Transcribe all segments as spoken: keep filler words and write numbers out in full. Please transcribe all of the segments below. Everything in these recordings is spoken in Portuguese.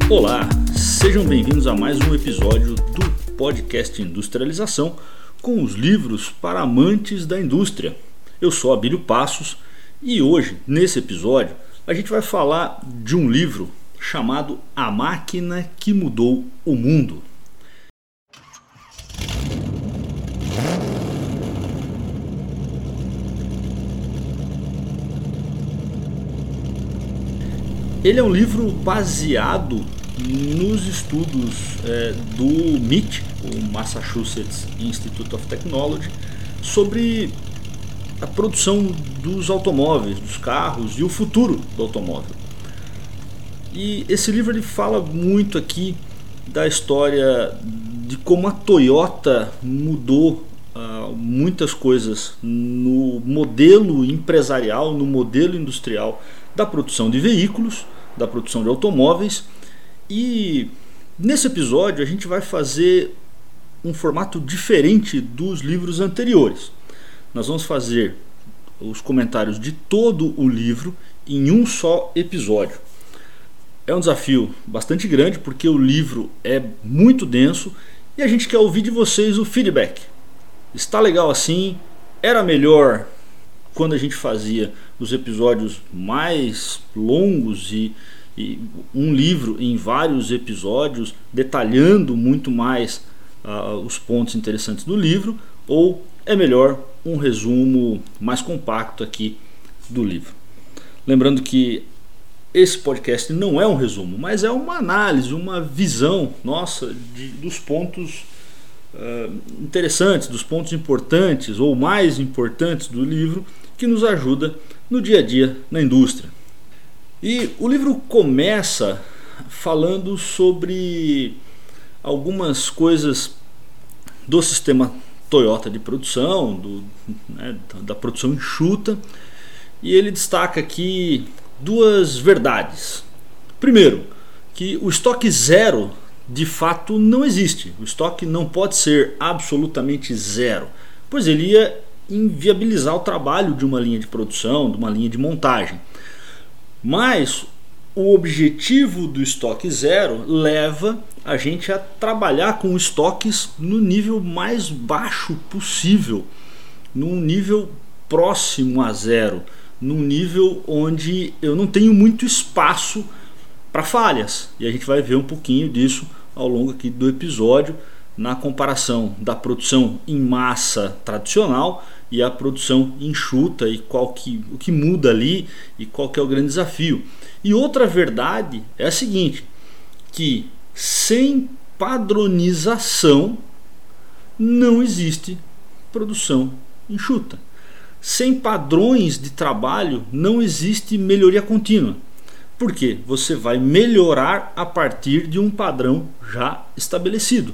Olá, sejam bem-vindos a mais um episódio do podcast Industrialização com os livros para amantes da indústria. Eu sou Abílio Passos e hoje, nesse episódio, a gente vai falar de um livro chamado A Máquina que Mudou o Mundo. Ele é um livro baseado nos estudos é, do M I T, o Massachusetts Institute of Technology, sobre a produção dos automóveis, dos carros e o futuro do automóvel. E esse livro ele fala muito aqui da história de como a Toyota mudou uh, muitas coisas no modelo empresarial, no modelo industrial da produção de veículos, da produção de automóveis. E nesse episódio a gente vai fazer um formato diferente dos livros anteriores. Nós vamos fazer os comentários de todo o livro em um só episódio. É um desafio bastante grande porque o livro é muito denso e a gente quer ouvir de vocês o feedback. Está legal assim? Era melhor quando a gente fazia os episódios mais longos e, e um livro em vários episódios, detalhando muito mais uh, os pontos interessantes do livro, ou é melhor um resumo mais compacto aqui do livro? Lembrando que esse podcast não é um resumo, mas é uma análise, uma visão nossa de, dos pontos uh, interessantes, dos pontos importantes ou mais importantes do livro, que nos ajuda no dia a dia na indústria. E o livro começa falando sobre algumas coisas do sistema Toyota de produção, do, né, da produção enxuta, e ele destaca aqui duas verdades. Primeiro, que o estoque zero de fato não existe. O estoque não pode ser absolutamente zero, pois ele ia inviabilizar o trabalho de uma linha de produção, de uma linha de montagem. Mas o objetivo do estoque zero leva a gente a trabalhar com estoques no nível mais baixo possível, num nível próximo a zero, num nível onde eu não tenho muito espaço para falhas. E a gente vai ver um pouquinho disso ao longo aqui do episódio, na comparação da produção em massa tradicional e a produção enxuta, e qual que, o que muda ali e qual que é o grande desafio. E outra verdade é a seguinte, que sem padronização não existe produção enxuta. Sem padrões de trabalho não existe melhoria contínua. Por quê? Você vai melhorar a partir de um padrão já estabelecido.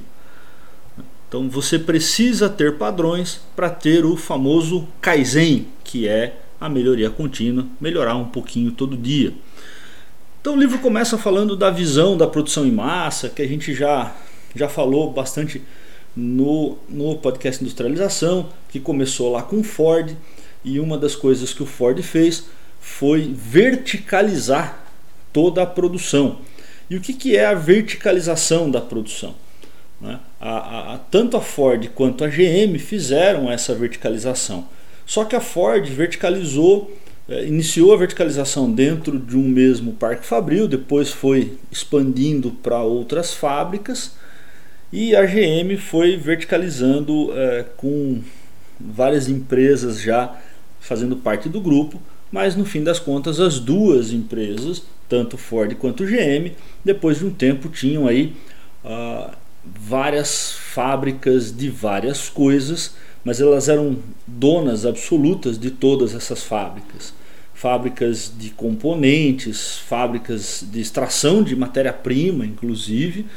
Então você precisa ter padrões para ter o famoso Kaizen, que é a melhoria contínua, melhorar um pouquinho todo dia. Então o livro começa falando da visão da produção em massa, que a gente já, já falou bastante no, no podcast Industrialização, que começou lá com o Ford, e uma das coisas que o Ford fez foi verticalizar toda a produção. E o que, que é a verticalização da produção? Né? A, a, a, tanto a Ford quanto a G M fizeram essa verticalização. Só que a Ford verticalizou, eh, iniciou a verticalização dentro de um mesmo parque fabril, depois foi expandindo para outras fábricas, e a G M foi verticalizando eh, com várias empresas já fazendo parte do grupo, mas no fim das contas as duas empresas, tanto Ford quanto G M, depois de um tempo tinham aí uh, várias fábricas de várias coisas, mas elas eram donas absolutas de todas essas fábricas. Fábricas de componentes, fábricas de extração de matéria-prima, inclusive.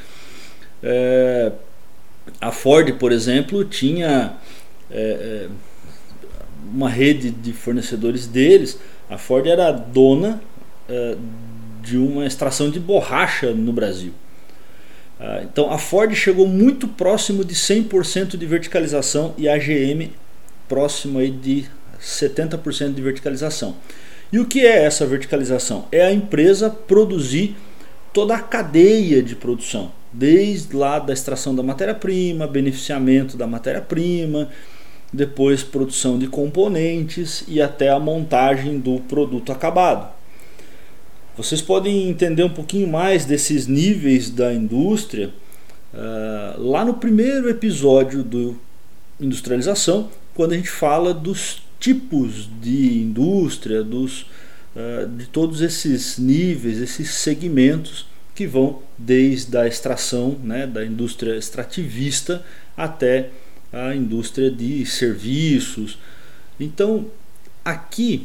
É, a Ford, por exemplo, tinha é, uma rede de fornecedores deles. A Ford era dona é, de uma extração de borracha no Brasil. Então a Ford chegou muito próximo de cem por cento de verticalização e a G M próximo aí de setenta por cento de verticalização. E o que é essa verticalização? É a empresa produzir toda a cadeia de produção, desde lá da extração da matéria-prima, beneficiamento da matéria-prima, depois produção de componentes e até a montagem do produto acabado. Vocês podem entender um pouquinho mais desses níveis da indústria uh, lá no primeiro episódio do Industrialização, quando a gente fala dos tipos de indústria, dos, uh, de todos esses níveis, esses segmentos que vão desde a extração, né, da indústria extrativista até a indústria de serviços. Então, aqui,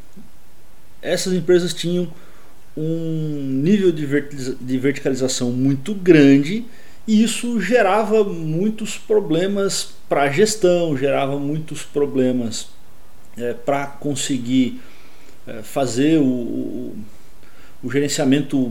essas empresas tinham um nível de verticalização muito grande e isso gerava muitos problemas para a gestão, gerava muitos problemas é, para conseguir é, fazer o, o, o gerenciamento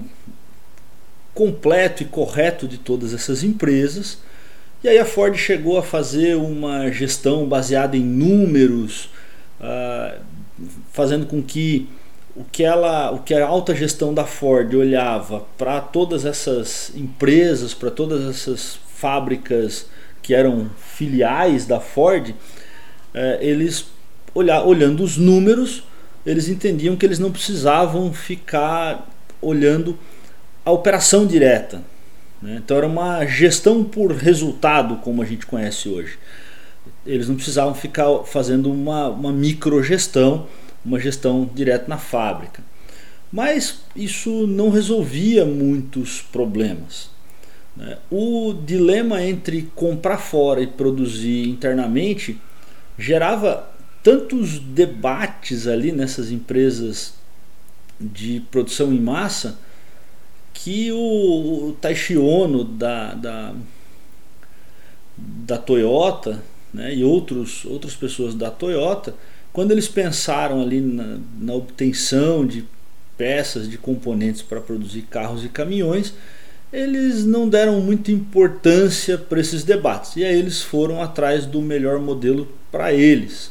completo e correto de todas essas empresas. E aí a Ford chegou a fazer uma gestão baseada em números, uh, fazendo com que o que, ela, o que a alta gestão da Ford olhava para todas essas empresas, para todas essas fábricas que eram filiais da Ford, uh, eles olhar, olhando os números, eles entendiam que eles não precisavam ficar olhando a operação direta. Então era uma gestão por resultado, como a gente conhece hoje. Eles não precisavam ficar fazendo uma, uma microgestão, uma gestão direta na fábrica. Mas isso não resolvia muitos problemas. O dilema entre comprar fora e produzir internamente gerava tantos debates ali nessas empresas de produção em massa, que o, o Taishi Ohno da, da, da Toyota, né, e outros, outras pessoas da Toyota, quando eles pensaram ali na, na obtenção de peças, de componentes para produzir carros e caminhões, eles não deram muita importância para esses debates, e aí eles foram atrás do melhor modelo para eles.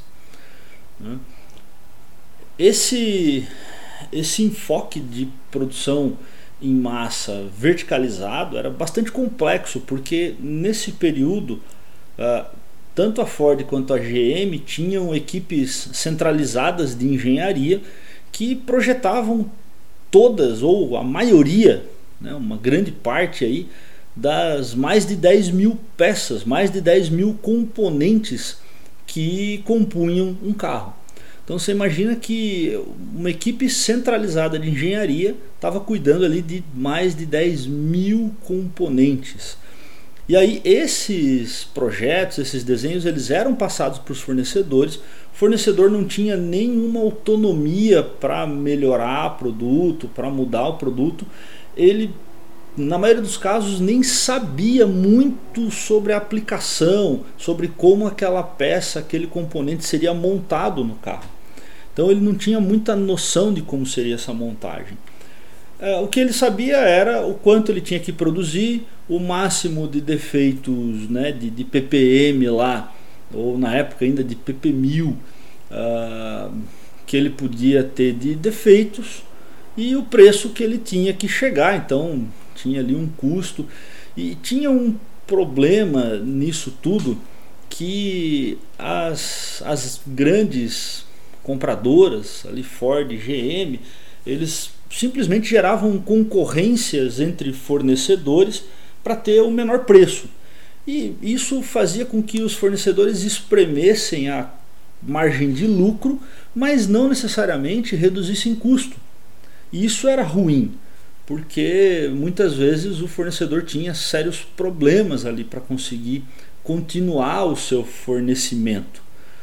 Esse, esse enfoque de produção em massa verticalizado era bastante complexo, porque nesse período uh, tanto a Ford quanto a G M tinham equipes centralizadas de engenharia que projetavam todas, ou a maioria, né, uma grande parte aí, das mais de dez mil peças, mais de dez mil componentes que compunham um carro. Então você imagina que uma equipe centralizada de engenharia estava cuidando ali de mais de dez mil componentes. E aí esses projetos, esses desenhos, eles eram passados para os fornecedores. O fornecedor não tinha nenhuma autonomia para melhorar o produto, para mudar o produto. Ele, na maioria dos casos, nem sabia muito sobre a aplicação, sobre como aquela peça, aquele componente seria montado no carro. Então ele não tinha muita noção de como seria essa montagem. É, o que ele sabia era o quanto ele tinha que produzir, o máximo de defeitos, né, de, de P P M lá, ou na época ainda de P P mil, uh, que ele podia ter de defeitos, e o preço que ele tinha que chegar. Então tinha ali um custo, e tinha um problema nisso tudo, que as, as grandes compradoras, ali Ford, G M, eles simplesmente geravam concorrências entre fornecedores para ter o menor preço. E isso fazia com que os fornecedores espremessem a margem de lucro, mas não necessariamente reduzissem custo. E isso era ruim, porque muitas vezes o fornecedor tinha sérios problemas ali para conseguir continuar o seu fornecimento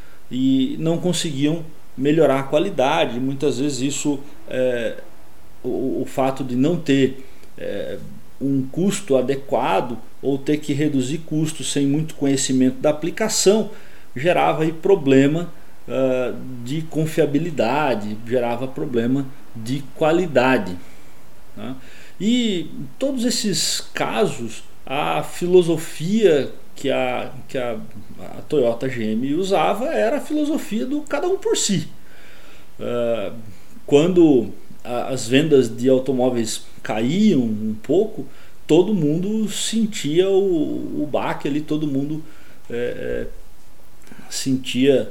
e não conseguiam melhorar a qualidade. Muitas vezes isso, é, o, o fato de não ter é, um custo adequado ou ter que reduzir custos sem muito conhecimento da aplicação, gerava aí problema uh, de confiabilidade, gerava problema de qualidade, né? E em todos esses casos, a filosofia que a, que a, a Toyota G M usava era a filosofia do cada um por si. Uh, quando a, as vendas de automóveis caíam um pouco, todo mundo sentia o, o baque ali, todo mundo é, sentia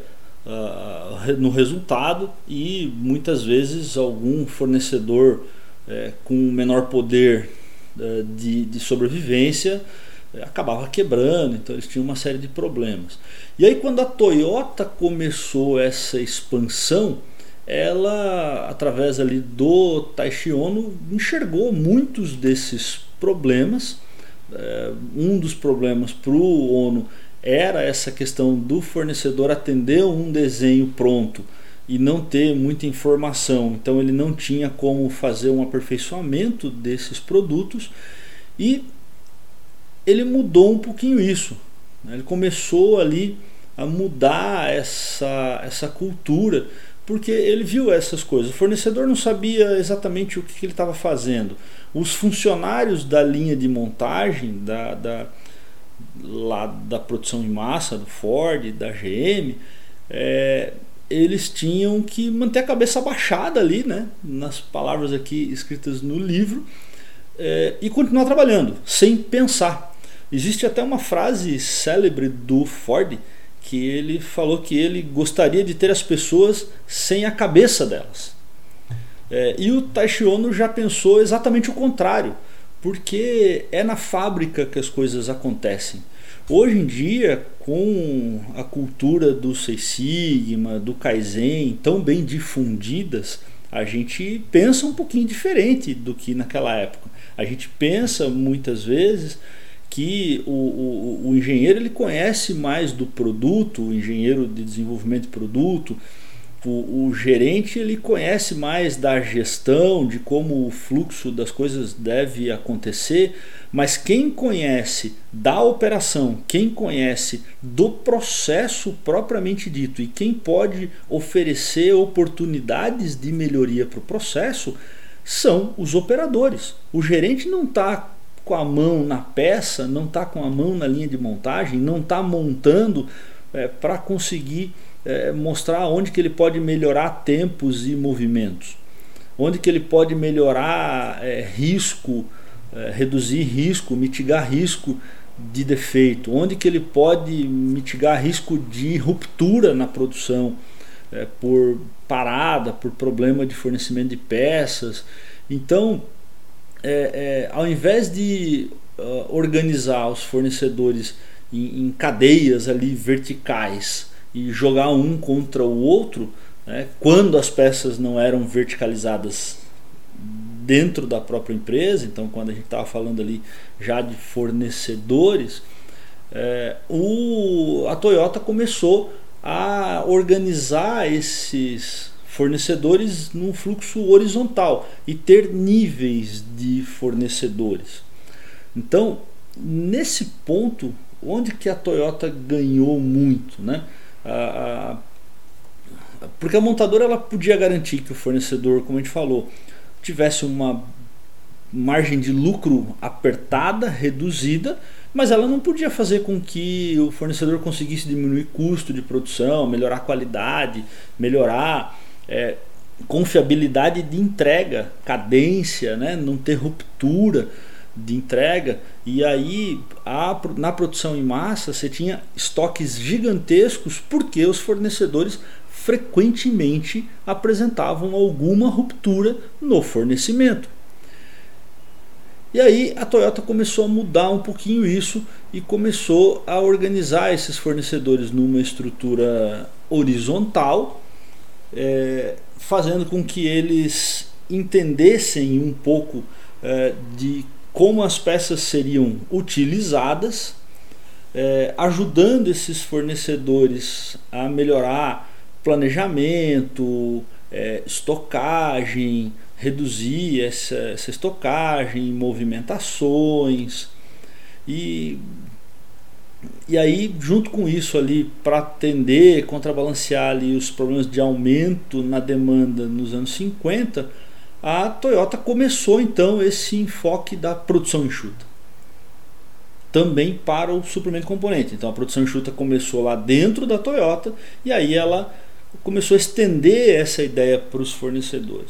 uh, no resultado, e muitas vezes algum fornecedor é, com menor poder é, de, de sobrevivência é, acabava quebrando, então eles tinham uma série de problemas. E aí quando a Toyota começou essa expansão, ela, através ali do Taishi Ohno, enxergou muitos desses problemas. É, um dos problemas para o Ohno era essa questão do fornecedor atender um desenho pronto e não ter muita informação, então ele não tinha como fazer um aperfeiçoamento desses produtos, e ele mudou um pouquinho isso, né? Ele começou ali a mudar essa, essa cultura, porque ele viu essas coisas. O fornecedor não sabia exatamente o que, que ele estava fazendo. Os funcionários da linha de montagem da, da, lá da produção em massa, do Ford, da G M, é, eles tinham que manter a cabeça abaixada ali, né, nas palavras aqui escritas no livro, é, e continuar trabalhando, sem pensar. Existe até uma frase célebre do Ford, que ele falou que ele gostaria de ter as pessoas sem a cabeça delas. É, e o Taishi Ohno já pensou exatamente o contrário, porque é na fábrica que as coisas acontecem. Hoje em dia, com a cultura do Six Sigma, do Kaizen tão bem difundidas, a gente pensa um pouquinho diferente do que naquela época. A gente pensa muitas vezes que o, o, o engenheiro ele conhece mais do produto, o engenheiro de desenvolvimento de produto, o, o gerente ele conhece mais da gestão, de como o fluxo das coisas deve acontecer, mas quem conhece da operação, quem conhece do processo propriamente dito e quem pode oferecer oportunidades de melhoria para o processo são os operadores. O gerente não está com a mão na peça, não está com a mão na linha de montagem, não está montando é, para conseguir é, mostrar onde que ele pode melhorar tempos e movimentos, onde que ele pode melhorar é, risco, é, reduzir risco, mitigar risco de defeito, onde que ele pode mitigar risco de ruptura na produção, é, por parada, por problema de fornecimento de peças. Então, É, é, ao invés de uh, organizar os fornecedores em, em cadeias ali verticais e jogar um contra o outro, né, quando as peças não eram verticalizadas dentro da própria empresa, então quando a gente estava falando ali já de fornecedores, é, o, a Toyota começou a organizar esses fornecedores num fluxo horizontal e ter níveis de fornecedores. Então, nesse ponto, onde que a Toyota ganhou muito, né? A, a, porque a montadora ela podia garantir que o fornecedor, como a gente falou, tivesse uma margem de lucro apertada, reduzida, mas ela não podia fazer com que o fornecedor conseguisse diminuir custo de produção, melhorar a qualidade, melhorar É, confiabilidade de entrega, cadência, né? Não ter ruptura de entrega. E aí a, na produção em massa você tinha estoques gigantescos porque os fornecedores frequentemente apresentavam alguma ruptura no fornecimento. E aí a Toyota começou a mudar um pouquinho isso e começou a organizar esses fornecedores numa estrutura horizontal, É, fazendo com que eles entendessem um pouco é, de como as peças seriam utilizadas, é, ajudando esses fornecedores a melhorar planejamento, é, estocagem, reduzir essa, essa estocagem, movimentações. E E aí, junto com isso ali, para atender, contrabalancear ali os problemas de aumento na demanda nos anos cinquenta, a Toyota começou então esse enfoque da produção enxuta, também para o suprimento componente. Então a produção enxuta começou lá dentro da Toyota e aí ela começou a estender essa ideia para os fornecedores.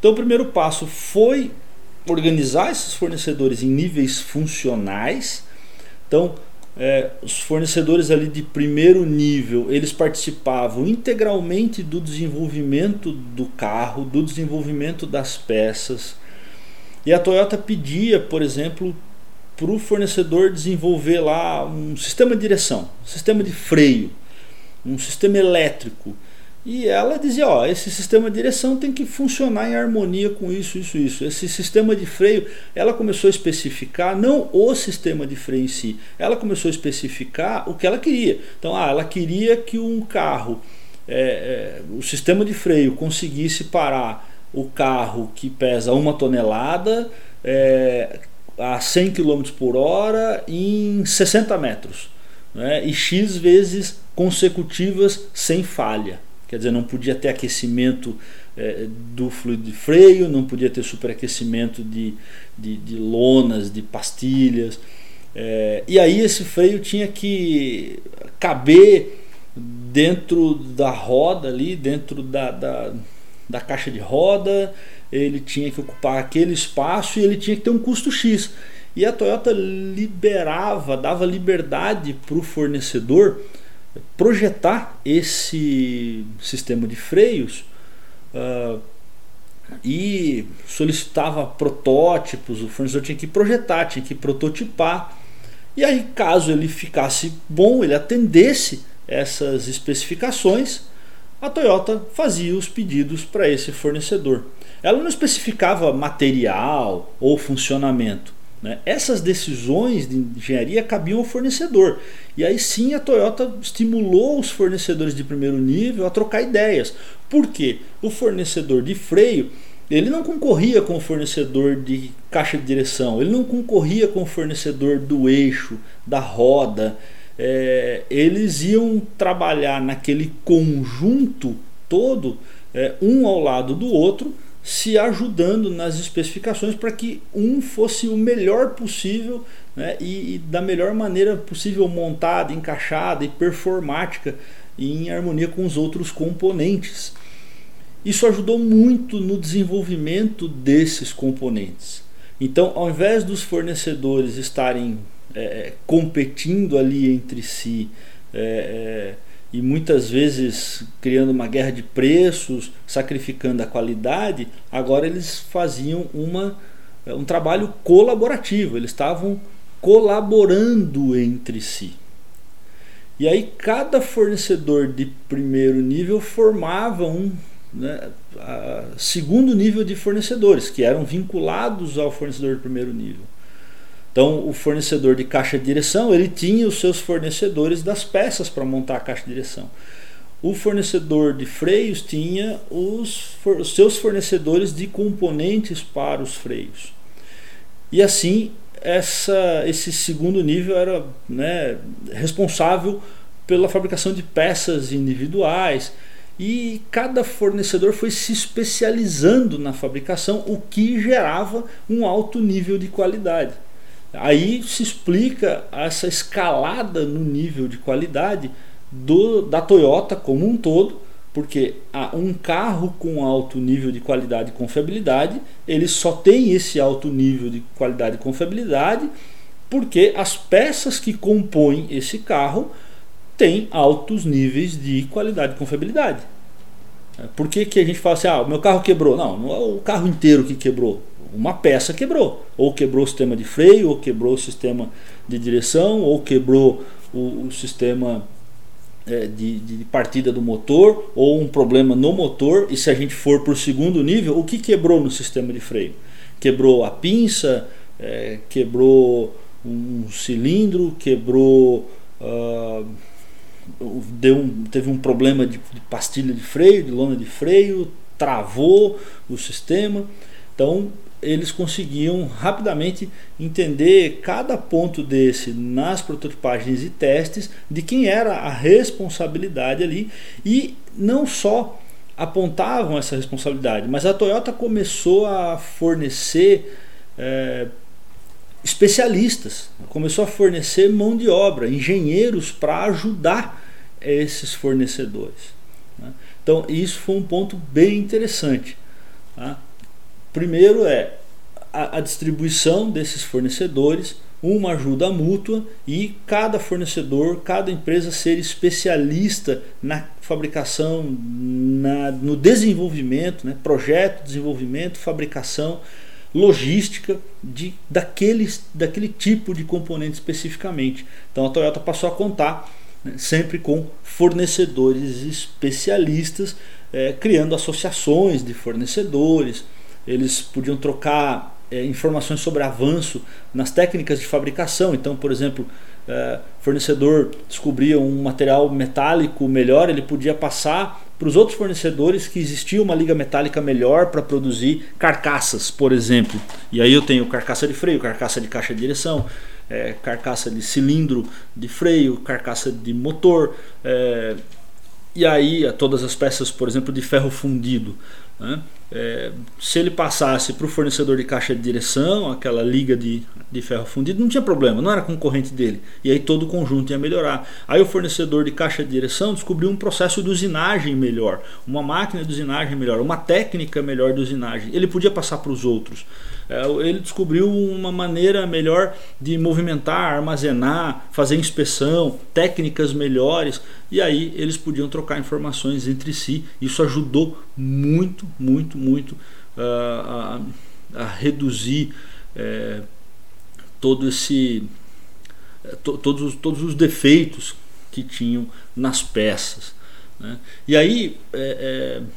Então o primeiro passo foi organizar esses fornecedores em níveis funcionais. Então é, os fornecedores ali de primeiro nível, eles participavam integralmente do desenvolvimento do carro, do desenvolvimento das peças. E a Toyota pedia, por exemplo, para o fornecedor desenvolver lá um sistema de direção, um sistema de freio, um sistema elétrico. E ela dizia, ó, esse sistema de direção tem que funcionar em harmonia com isso, isso, isso. Esse sistema de freio, ela começou a especificar, não o sistema de freio em si, ela começou a especificar o que ela queria. Então, ah, ela queria que um carro, é, é, o sistema de freio conseguisse parar o carro que pesa uma tonelada é, a cem quilômetros por hora em sessenta metros, né, e X vezes consecutivas sem falha. Quer dizer, não podia ter aquecimento é, do fluido de freio, não podia ter superaquecimento de, de, de lonas, de pastilhas. É, e aí esse freio tinha que caber dentro da roda ali, dentro da, da, da caixa de roda, ele tinha que ocupar aquele espaço e ele tinha que ter um custo X. E a Toyota liberava, dava liberdade para o fornecedor projetar esse sistema de freios uh, e solicitava protótipos. O fornecedor tinha que projetar, tinha que prototipar, e aí caso ele ficasse bom, ele atendesse essas especificações, a Toyota fazia os pedidos para esse fornecedor. Ela não especificava material ou funcionamento, né? Essas decisões de engenharia cabiam ao fornecedor. E aí sim a Toyota estimulou os fornecedores de primeiro nível a trocar ideias. Por quê? O fornecedor de freio, ele não concorria com o fornecedor de caixa de direção, ele não concorria com o fornecedor do eixo, da roda. É, eles iam trabalhar naquele conjunto todo, é, um ao lado do outro, se ajudando nas especificações para que um fosse o melhor possível, né, e, e da melhor maneira possível montada, encaixada e performática em harmonia com os outros componentes. Isso ajudou muito no desenvolvimento desses componentes. Então, ao invés dos fornecedores estarem é, competindo ali entre si, é, é, e muitas vezes criando uma guerra de preços, sacrificando a qualidade, agora eles faziam uma, um trabalho colaborativo, eles estavam colaborando entre si. E aí cada fornecedor de primeiro nível formava um, né, a, segundo nível de fornecedores, que eram vinculados ao fornecedor de primeiro nível. Então o fornecedor de caixa de direção, ele tinha os seus fornecedores das peças para montar a caixa de direção. O fornecedor de freios tinha os, os seus fornecedores de componentes para os freios. E assim essa, esse segundo nível era, né, responsável pela fabricação de peças individuais, e cada fornecedor foi se especializando na fabricação, o que gerava um alto nível de qualidade. Aí se explica essa escalada no nível de qualidade do, da Toyota como um todo, porque um carro com alto nível de qualidade e confiabilidade, ele só tem esse alto nível de qualidade e confiabilidade porque as peças que compõem esse carro têm altos níveis de qualidade e confiabilidade. Por que que a gente fala assim, ah, o meu carro quebrou? Não, não é o carro inteiro que quebrou. Uma peça quebrou, ou quebrou o sistema de freio, ou quebrou o sistema de direção, ou quebrou o, o sistema é, de, de partida do motor, ou um problema no motor. E se a gente for para o segundo nível, o que quebrou no sistema de freio? Quebrou a pinça, é, quebrou um cilindro, quebrou, uh, deu um, teve um problema de, de pastilha de freio, de lona de freio, travou o sistema. Então eles conseguiam rapidamente entender cada ponto desse nas prototipagens e testes, de quem era a responsabilidade ali, e não só apontavam essa responsabilidade, mas a Toyota começou a fornecer é, especialistas, começou a fornecer mão de obra, engenheiros para ajudar esses fornecedores, né? Então isso foi um ponto bem interessante, tá? primeiro é a, a distribuição desses fornecedores, uma ajuda mútua e cada fornecedor, cada empresa ser especialista na fabricação, na, no desenvolvimento, né, projeto, desenvolvimento, fabricação, logística de, daquele, daquele tipo de componente especificamente. Então a Toyota passou a contar, né, sempre com fornecedores especialistas, é, criando associações de fornecedores. Eles podiam trocar é, informações sobre avanço nas técnicas de fabricação. Então, por exemplo, é, fornecedor descobria um material metálico melhor, ele podia passar para os outros fornecedores que existia uma liga metálica melhor para produzir carcaças, por exemplo. E aí eu tenho carcaça de freio, carcaça de caixa de direção, é, carcaça de cilindro de freio, carcaça de motor, é, e aí todas as peças, por exemplo, de ferro fundido, né? É, se ele passasse para o fornecedor de caixa de direção, aquela liga de, de ferro fundido, não tinha problema, não era concorrente dele, e aí todo o conjunto ia melhorar. Aí o fornecedor de caixa de direção descobriu um processo de usinagem melhor, uma máquina de usinagem melhor, uma técnica melhor de usinagem, ele podia passar para os outros. É, ele descobriu uma maneira melhor de movimentar, armazenar, fazer inspeção, técnicas melhores, e aí eles podiam trocar informações entre si. Isso ajudou muito, muito, muito uh, a, a reduzir é, todo esse, to, todos, todos os defeitos que tinham nas peças, né? E aí, é, é,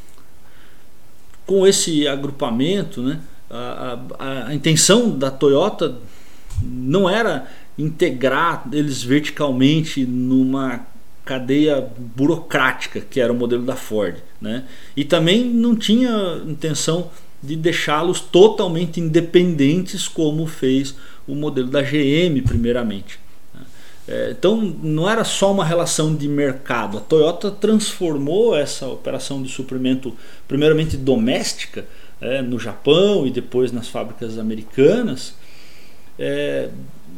com esse agrupamento, né, a, a, a intenção da Toyota não era integrar eles verticalmente numa cadeia burocrática, que era o modelo da Ford, né? E também não tinha intenção de deixá-los totalmente independentes, como fez o modelo da G M primeiramente. É, então não era só uma relação de mercado. A Toyota transformou essa operação de suprimento primeiramente doméstica, é, no Japão e depois nas fábricas americanas, é,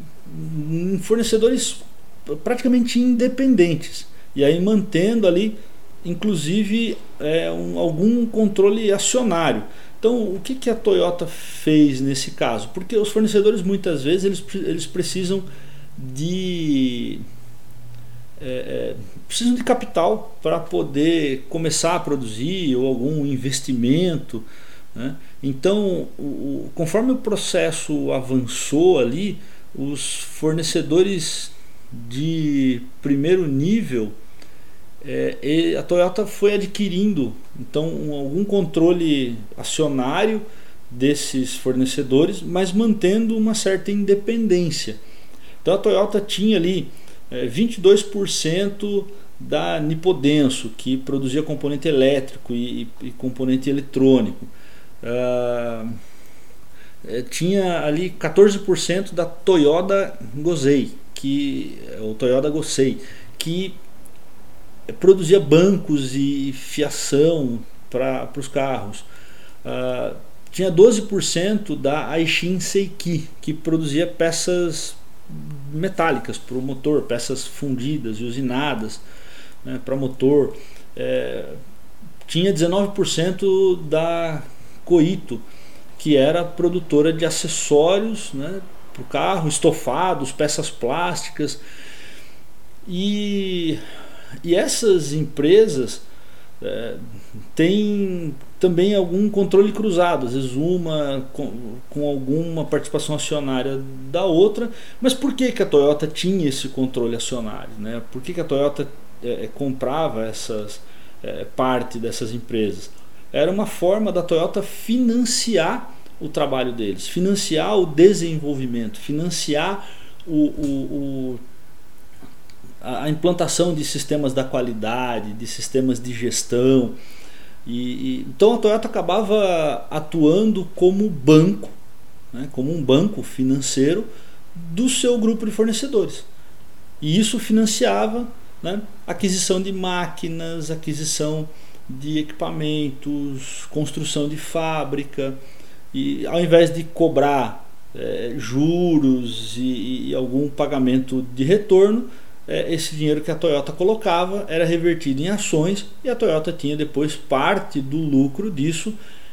em fornecedores praticamente independentes, e aí mantendo ali inclusive é, um, algum controle acionário. Então o que, que a Toyota fez nesse caso? Porque os fornecedores muitas vezes eles, eles precisam de é, é, precisam de capital para poder começar a produzir, ou algum investimento, né? Então o, o, conforme o processo avançou ali, os fornecedores de primeiro nível, é, a Toyota foi adquirindo então um, algum controle acionário desses fornecedores, mas mantendo uma certa independência. Então a Toyota tinha ali é, vinte e dois por cento da Nipodenso, que produzia componente elétrico e, e componente eletrônico. Uh, tinha ali quatorze por cento da Toyota Gosei, que o Toyota Gosei, que produzia bancos e fiação para os carros. Uh, tinha doze por cento da Aishin Seiki, que produzia peças metálicas para o motor, peças fundidas e usinadas, né, para motor. É, tinha dezenove por cento da Koito, que era produtora de acessórios, né, para o carro, estofados, peças plásticas. E, e essas empresas é, têm também algum controle cruzado, às vezes uma com, com alguma participação acionária da outra. Mas por que, que a Toyota tinha esse controle acionário, né? Por que, que a Toyota é, comprava essas, é, parte dessas empresas? Era uma forma da Toyota financiar o trabalho deles, financiar o desenvolvimento, financiar o, o, o, a implantação de sistemas da qualidade, de sistemas de gestão. E, e, então a Toyota acabava atuando como banco, né, como um banco financeiro do seu grupo de fornecedores. E isso financiava, né, aquisição de máquinas, aquisição de equipamentos, construção de fábrica. E ao invés de cobrar é, juros e, e algum pagamento de retorno, é, esse dinheiro que a Toyota colocava era revertido em ações, e a Toyota tinha depois parte do lucro disso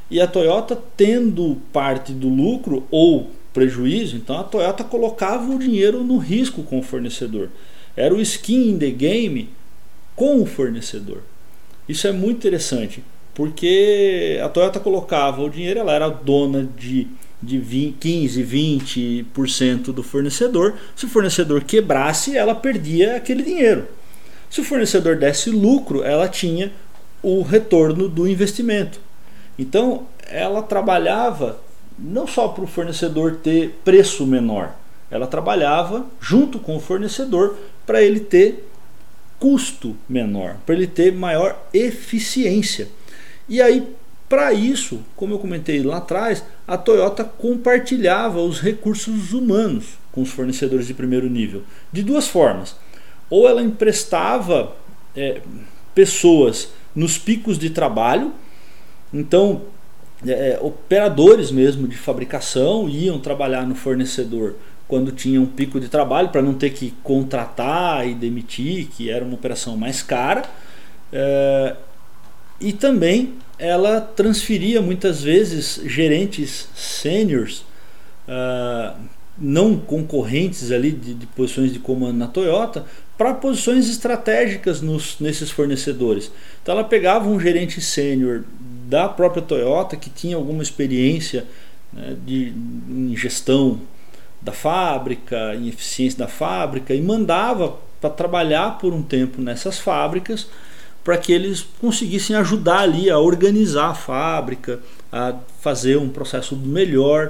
E a Toyota, tendo parte do lucro ou prejuízo, então a Toyota colocava o dinheiro no risco com o fornecedor. Era o skin in the game com o fornecedor. Isso é muito interessante, porque a Toyota colocava o dinheiro, ela era dona de, de vinte, quinze, vinte por cento do fornecedor. Se o fornecedor quebrasse, ela perdia aquele dinheiro. Se o fornecedor desse lucro, ela tinha o retorno do investimento. Então ela trabalhava não só para o fornecedor ter preço menor, ela trabalhava junto com o fornecedor para ele ter custo menor, para ele ter maior eficiência. E aí, para isso, como eu comentei lá atrás, a Toyota compartilhava os recursos humanos com os fornecedores de primeiro nível de duas formas. Ou ela emprestava é, pessoas nos picos de trabalho, então é, operadores mesmo de fabricação iam trabalhar no fornecedor quando tinha um pico de trabalho, para não ter que contratar e demitir, que era uma operação mais cara. É, e também ela transferia muitas vezes gerentes sêniores, uh, não concorrentes ali de, de posições de comando na Toyota, para posições estratégicas nos, nesses fornecedores. Então ela pegava um gerente sênior da própria Toyota que tinha alguma experiência, né, de, em gestão da fábrica, em eficiência da fábrica, e mandava para trabalhar por um tempo nessas fábricas, para que eles conseguissem ajudar ali a organizar a fábrica, a fazer um processo melhor.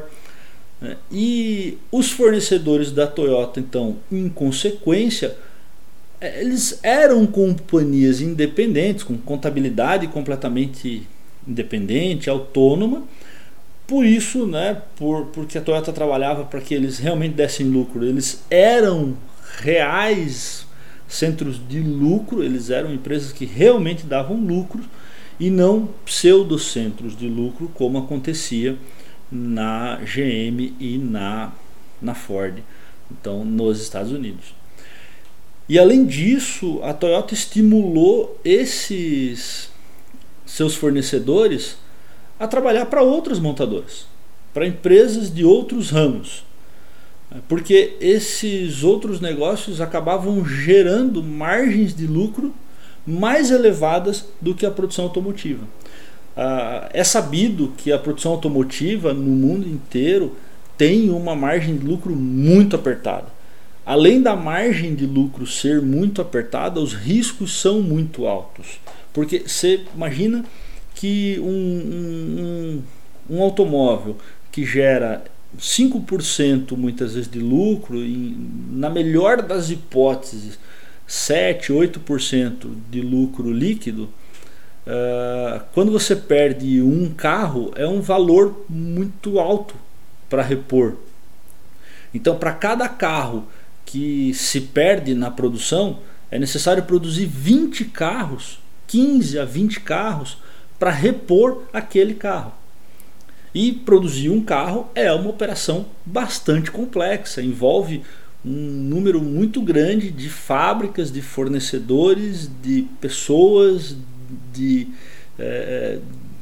E os fornecedores da Toyota, então, em consequência, eles eram companhias independentes, com contabilidade completamente independente, autônoma. Por isso, né, por, porque a Toyota trabalhava para que eles realmente dessem lucro, eles eram reais centros de lucro, eles eram empresas que realmente davam lucro e não pseudocentros de lucro, como acontecia na G M e na, na Ford, então nos Estados Unidos. E além disso, a Toyota estimulou esses seus fornecedores a trabalhar para outras montadoras, para empresas de outros ramos, porque esses outros negócios acabavam gerando margens de lucro mais elevadas do que a produção automotiva. Ah, é sabido que a produção automotiva no mundo inteiro tem uma margem de lucro muito apertada. Além da margem de lucro ser muito apertada, os riscos são muito altos. Porque você imagina que um, um, um, um automóvel que gera cinco por cento muitas vezes de lucro, e na melhor das hipóteses sete, oito por cento de lucro líquido, uh, quando você perde um carro é um valor muito alto para repor. Então, para cada carro que se perde na produção, é necessário produzir vinte carros, quinze a vinte carros para repor aquele carro. E produzir um carro é uma operação bastante complexa, envolve um número muito grande de fábricas, de fornecedores, de pessoas, de é,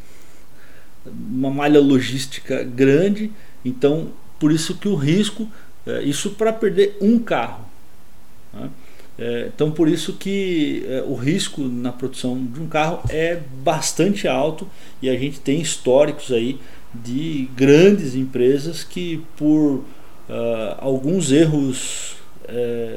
uma malha logística grande. Então, por isso que o risco, é, isso para perder um carro, né? É, então por isso que é, o risco na produção de um carro é bastante alto, e a gente tem históricos aí de grandes empresas que por uh, alguns erros uh,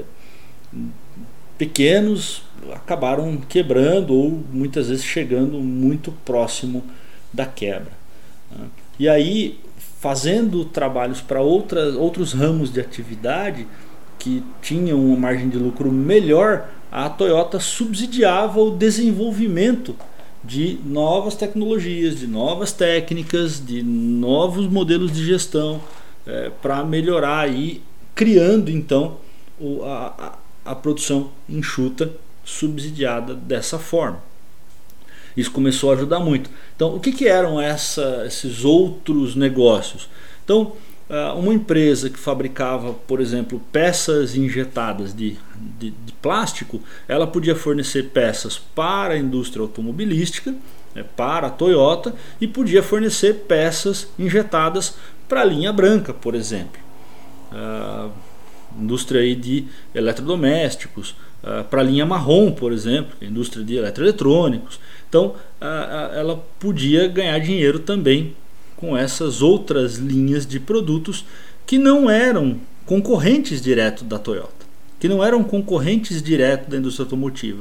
pequenos acabaram quebrando, ou muitas vezes chegando muito próximo da quebra, né? E aí, fazendo trabalhos para outros ramos de atividade que tinham uma margem de lucro melhor, a Toyota subsidiava o desenvolvimento de novas tecnologias, de novas técnicas, de novos modelos de gestão, é, para melhorar, e criando então o, a, a, a produção enxuta subsidiada dessa forma. Isso começou a ajudar muito. Então, o que, que eram essa, esses outros negócios? Então, uma empresa que fabricava, por exemplo, peças injetadas de, de, de plástico, ela podia fornecer peças para a indústria automobilística é, para a Toyota e podia fornecer peças injetadas para a linha branca, por exemplo. Uh, indústria aí de eletrodomésticos, uh, para a linha marrom, por exemplo, a indústria de eletroeletrônicos. Então, uh, uh, ela podia ganhar dinheiro também com essas outras linhas de produtos que não eram concorrentes direto da Toyota, que não eram concorrentes direto da indústria automotiva.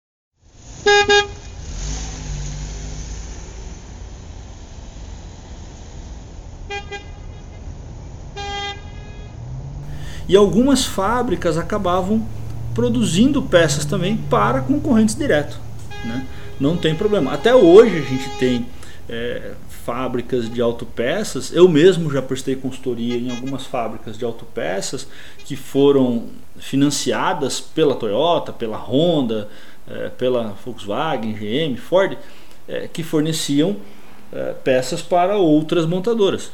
E algumas fábricas acabavam produzindo peças também para concorrentes diretos, né? Não tem problema. Até hoje a gente tem é, fábricas de autopeças. Eu mesmo já prestei consultoria em algumas fábricas de autopeças que foram financiadas pela Toyota, pela Honda, é, pela Volkswagen, G M, Ford, é, que forneciam é, peças para outras montadoras.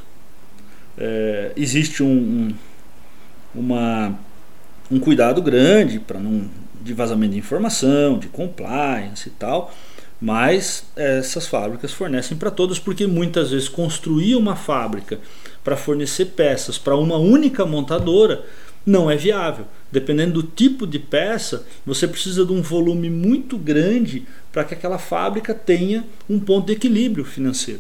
É, existe um, um Uma, um cuidado grande para não de vazamento de informação, de compliance e tal, mas essas fábricas fornecem para todos, porque muitas vezes construir uma fábrica para fornecer peças para uma única montadora não é viável. Dependendo do tipo de peça, você precisa de um volume muito grande para que aquela fábrica tenha um ponto de equilíbrio financeiro.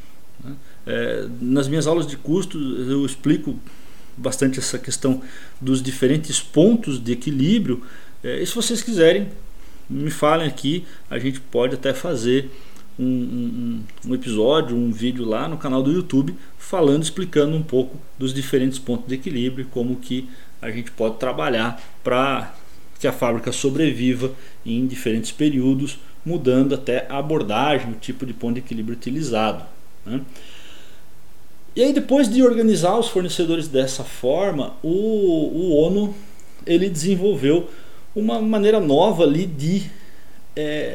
É, nas minhas aulas de custos eu explico bastante essa questão dos diferentes pontos de equilíbrio. É, e se vocês quiserem, me falem aqui, a gente pode até fazer um, um, um episódio, um vídeo lá no canal do YouTube falando, explicando um pouco dos diferentes pontos de equilíbrio e como que a gente pode trabalhar para que a fábrica sobreviva em diferentes períodos, mudando até a abordagem, o tipo de ponto de equilíbrio utilizado, né? E aí, depois de organizar os fornecedores dessa forma, o, o ONU ele desenvolveu uma maneira nova ali de é,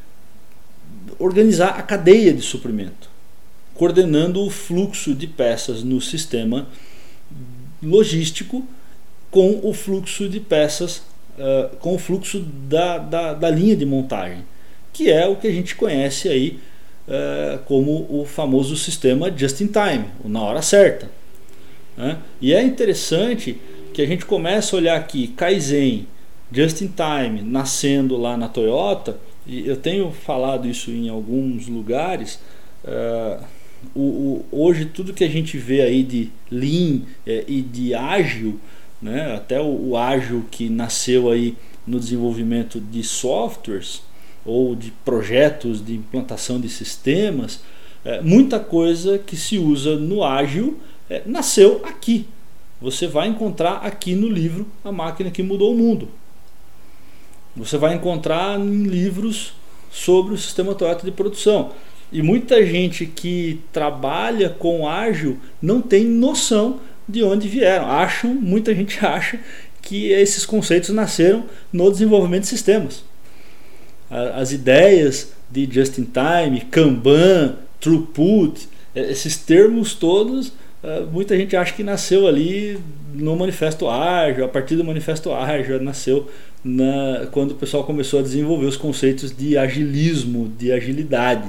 organizar a cadeia de suprimento, coordenando o fluxo de peças no sistema logístico com o fluxo de peças, uh, com o fluxo da, da, da linha de montagem, que é o que a gente conhece aí Uh, como o famoso sistema just in time, na hora certa, né? E é interessante que a gente começa a olhar aqui Kaizen, just in time nascendo lá na Toyota, e eu tenho falado isso em alguns lugares. Uh, o, o, hoje tudo que a gente vê aí de Lean é, e de ágil, né? Até o, o ágil que nasceu aí no desenvolvimento de softwares ou de projetos de implantação de sistemas, é, muita coisa que se usa no ágil é, nasceu aqui. Você vai encontrar aqui no livro A Máquina que Mudou o Mundo. Você vai encontrar em livros sobre o sistema Toyota de produção. E muita gente que trabalha com ágil não tem noção de onde vieram. Acham, muita gente acha que esses conceitos nasceram no desenvolvimento de sistemas. As ideias de just in time, Kanban, throughput, esses termos todos, muita gente acha que nasceu ali no Manifesto Ágil, a partir do Manifesto Ágil, nasceu na, quando o pessoal começou a desenvolver os conceitos de agilismo, de agilidade.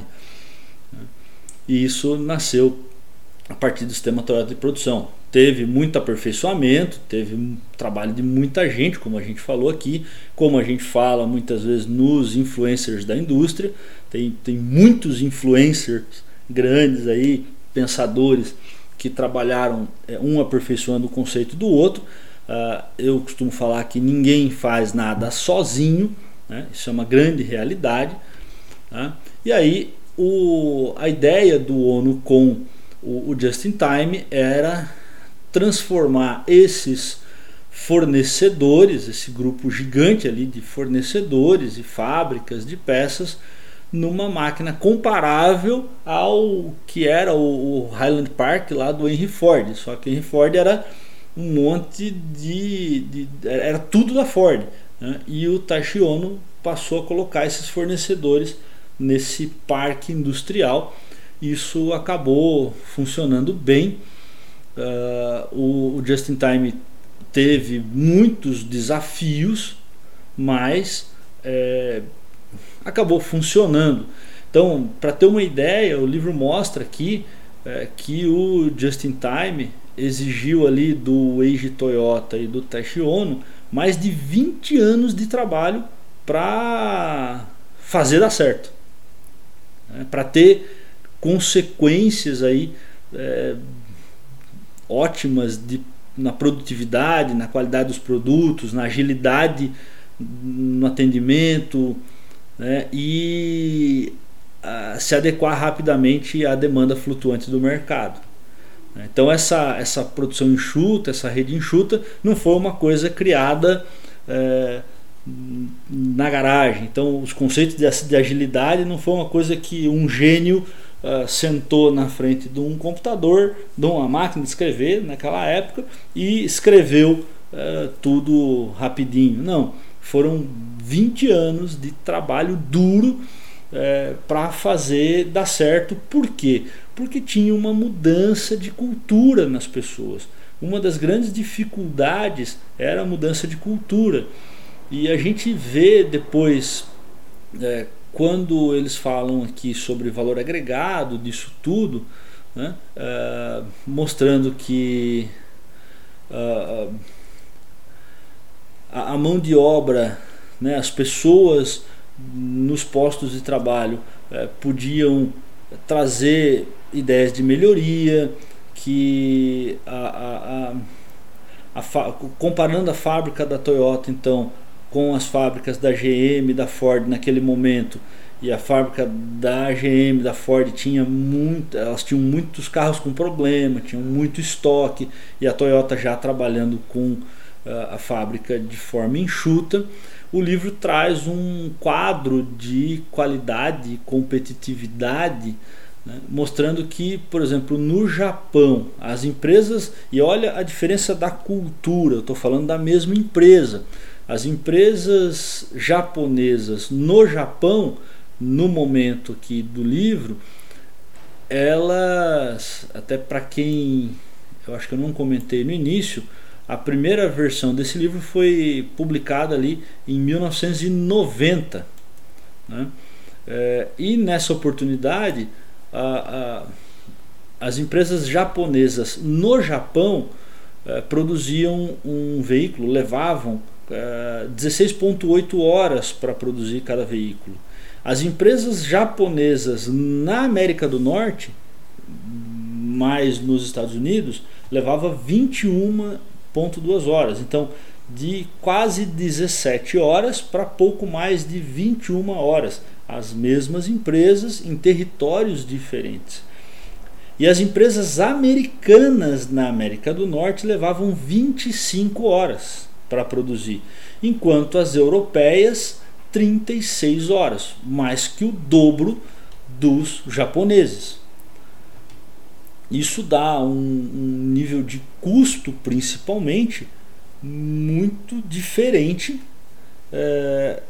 E isso nasceu a partir do sistema Toyota de produção. Teve muito aperfeiçoamento, teve um trabalho de muita gente, como a gente falou aqui, como a gente fala muitas vezes nos influencers da indústria. Tem, tem muitos influencers grandes aí, pensadores, que trabalharam é, um aperfeiçoando o conceito do outro. Uh, eu costumo falar que ninguém faz nada sozinho, né? Isso é uma grande realidade, tá? E aí o, a ideia do ONU com o, o Just in Time era transformar esses fornecedores, esse grupo gigante ali de fornecedores e fábricas de peças, numa máquina comparável ao que era o, o Highland Park lá do Henry Ford. Só que o Henry Ford era um monte de, de era tudo da Ford, né? E o Taishi Ono passou a colocar esses fornecedores nesse parque industrial. Isso acabou funcionando bem. Uh, o, o Just in Time teve muitos desafios, mas é, acabou funcionando. Então, para ter uma ideia, o livro mostra aqui é, que o Just in Time exigiu ali do Eiji Toyota e do Taishi Ono mais de vinte anos de trabalho para fazer dar certo, né? Para ter consequências aí é, ótimas de, na produtividade, na qualidade dos produtos, na agilidade no atendimento, né? E a, se adequar rapidamente à demanda flutuante do mercado. Então essa, essa produção enxuta, essa rede enxuta não foi uma coisa criada é, na garagem. Então os conceitos de, de agilidade não foi uma coisa que um gênio uh, sentou na frente de um computador, de uma máquina de escrever naquela época e escreveu uh, tudo rapidinho. Não, foram vinte anos de trabalho duro É, para fazer dar certo. Por quê? Porque tinha uma mudança de cultura nas pessoas. Uma das grandes dificuldades era a mudança de cultura. E a gente vê depois, é, quando eles falam aqui sobre valor agregado disso tudo, né, é, mostrando que é, a, a mão de obra, né, as pessoas nos postos de trabalho eh, podiam trazer ideias de melhoria, que a, a, a, a, comparando a fábrica da Toyota então com as fábricas da G M, da Ford naquele momento, e a fábrica da G M, da Ford tinha muito, elas tinham muitos carros com problema, tinham muito estoque, e a Toyota já trabalhando com uh, a fábrica de forma enxuta. O livro traz um quadro de qualidade e competitividade, né, mostrando que, por exemplo, no Japão, as empresas, e olha a diferença da cultura, eu estou falando da mesma empresa, as empresas japonesas no Japão, no momento aqui do livro, elas, até para quem, eu acho que eu não comentei no início, a primeira versão desse livro foi publicada ali em mil novecentos e noventa, né? É, e nessa oportunidade a, a, as empresas japonesas no Japão é, produziam um veículo, levavam é, dezesseis vírgula oito horas para produzir cada veículo. As empresas japonesas na América do Norte, mais nos Estados Unidos, levavam vinte e uma vírgula duas horas. Então, de quase dezessete horas para pouco mais de vinte e uma horas. As mesmas empresas em territórios diferentes. E as empresas americanas na América do Norte levavam vinte e cinco horas para produzir, enquanto as europeias trinta e seis horas, mais que o dobro dos japoneses. Isso dá um, um nível de custo, principalmente, muito diferente. É,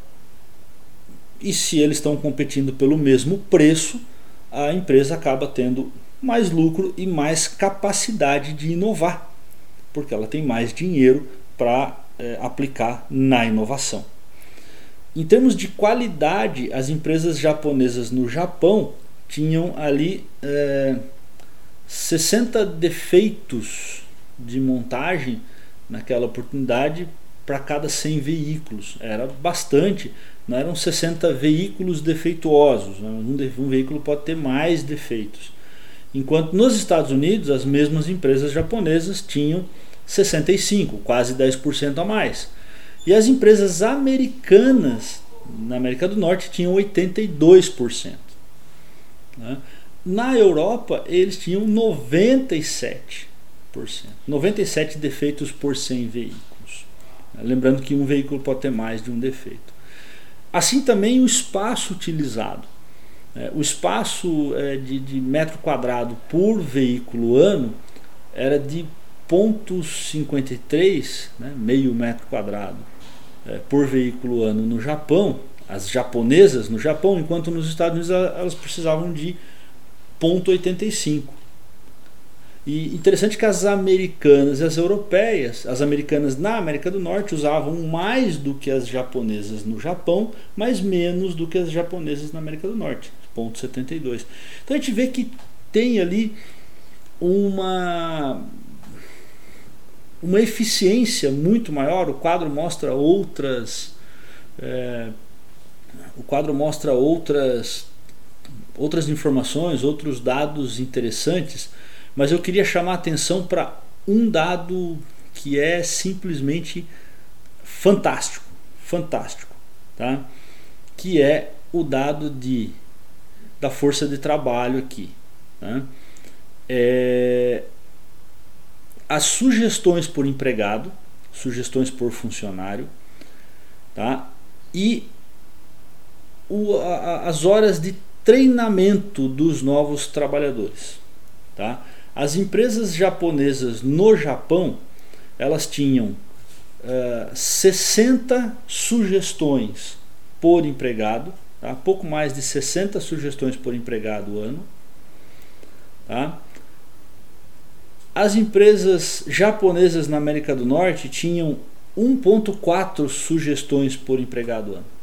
e se eles estão competindo pelo mesmo preço, a empresa acaba tendo mais lucro e mais capacidade de inovar, porque ela tem mais dinheiro para é, aplicar na inovação. Em termos de qualidade, as empresas japonesas no Japão tinham ali é, sessenta defeitos de montagem naquela oportunidade para cada cem veículos. Era bastante, não eram sessenta veículos defeituosos, né? um, um veículo pode ter mais defeitos. Enquanto nos Estados Unidos as mesmas empresas japonesas tinham sessenta e cinco, quase dez por cento a mais. E as empresas americanas na América do Norte tinham oitenta e dois por cento, né? Na Europa eles tinham noventa e sete por cento, noventa e sete defeitos por cem veículos. Lembrando que um veículo pode ter mais de um defeito. Assim também o espaço utilizado. O espaço de, de metro quadrado por veículo ano era de zero vírgula cinquenta e três, né, meio metro quadrado por veículo ano no Japão, as japonesas no Japão, enquanto nos Estados Unidos elas precisavam de zero vírgula oitenta e cinco. E interessante que as americanas e as europeias, as americanas na América do Norte usavam mais do que as japonesas no Japão, mas menos do que as japonesas na América do Norte. vírgula setenta e dois. Então a gente vê que tem ali uma uma eficiência muito maior. O quadro mostra outras é, o quadro mostra outras outras informações, outros dados interessantes, mas eu queria chamar a atenção para um dado que é simplesmente fantástico, fantástico, tá? Que é o dado de, da força de trabalho aqui, tá? É, as sugestões por empregado, sugestões por funcionário, tá? E o, a, as horas de treinamento dos novos trabalhadores, tá? As empresas japonesas no Japão, elas tinham uh, sessenta sugestões por empregado, tá? Pouco mais de sessenta sugestões por empregado ano, tá? As empresas japonesas na América do Norte tinham um vírgula quatro sugestões por empregado ano,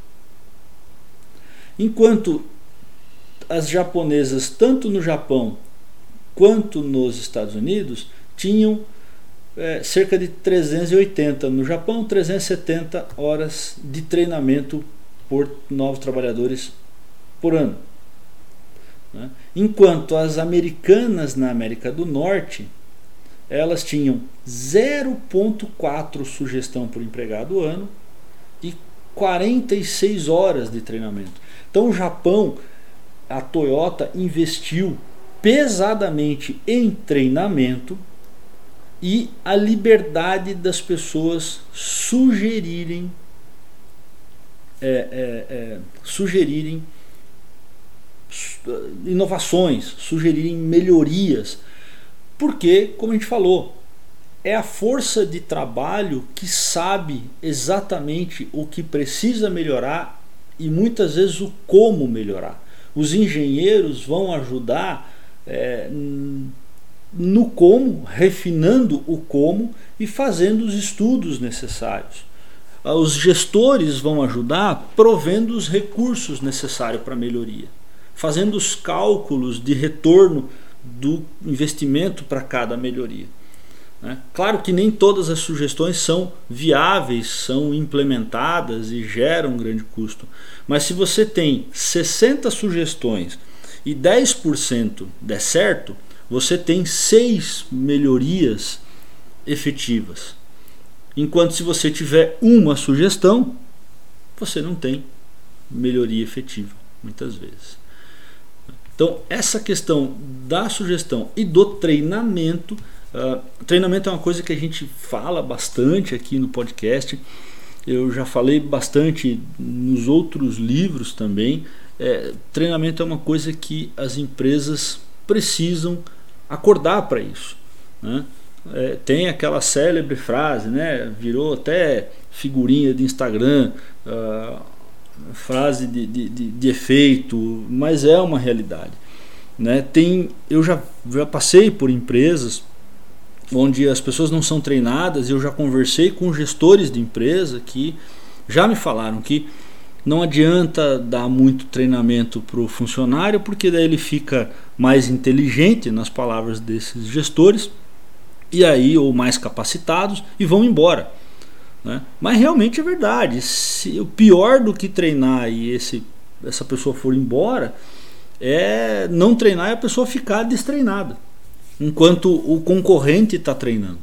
enquanto as japonesas, tanto no Japão quanto nos Estados Unidos, tinham é, cerca de trezentos e oitenta, no Japão trezentos e setenta horas de treinamento por novos trabalhadores por ano, né? Enquanto as americanas na América do Norte, elas tinham zero vírgula quatro sugestão por empregado ano e quarenta e seis horas de treinamento. Então o Japão, a Toyota investiu pesadamente em treinamento e a liberdade das pessoas sugerirem é, é, é, sugerirem inovações, sugerirem melhorias, porque, como a gente falou, é a força de trabalho que sabe exatamente o que precisa melhorar e muitas vezes o como melhorar. Os engenheiros vão ajudar é, no como, refinando o como e fazendo os estudos necessários. Os gestores vão ajudar provendo os recursos necessários para a melhoria, fazendo os cálculos de retorno do investimento para cada melhoria, né? Claro que nem todas as sugestões são viáveis, são implementadas e geram um grande custo, mas se você tem sessenta sugestões e dez por cento der certo, você tem seis melhorias efetivas, enquanto se você tiver uma sugestão, você não tem melhoria efetiva muitas vezes. Então essa questão da sugestão e do treinamento, uh, treinamento é uma coisa que a gente fala bastante aqui no podcast, eu já falei bastante nos outros livros também. É, treinamento é uma coisa que as empresas precisam acordar para isso, né? É, tem aquela célebre frase, né? Virou até figurinha de Instagram, uh, frase de, de, de, de efeito, mas é uma realidade, né? Tem, eu já, já passei por empresas onde as pessoas não são treinadas, e eu já conversei com gestores de empresa que já me falaram que não adianta dar muito treinamento para o funcionário, porque daí ele fica mais inteligente, nas palavras desses gestores, e aí, ou mais capacitados, e vão embora, né? Mas realmente é verdade. Se, o pior do que treinar e esse, essa pessoa for embora é não treinar e a pessoa ficar destreinada enquanto o concorrente está treinando,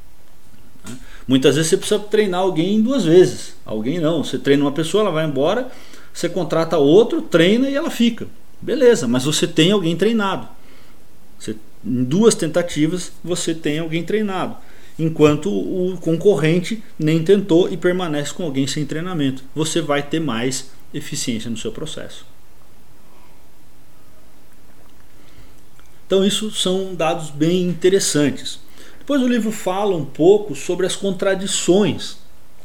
né? Muitas vezes você precisa treinar alguém duas vezes. Alguém não, você treina uma pessoa, ela vai embora, você contrata outro, treina e ela fica, beleza, mas você tem alguém treinado. Você, em duas tentativas você tem alguém treinado, enquanto o concorrente nem tentou e permanece com alguém sem treinamento. Você vai ter mais eficiência no seu processo. Então isso são dados bem interessantes. Depois o livro fala um pouco sobre as contradições,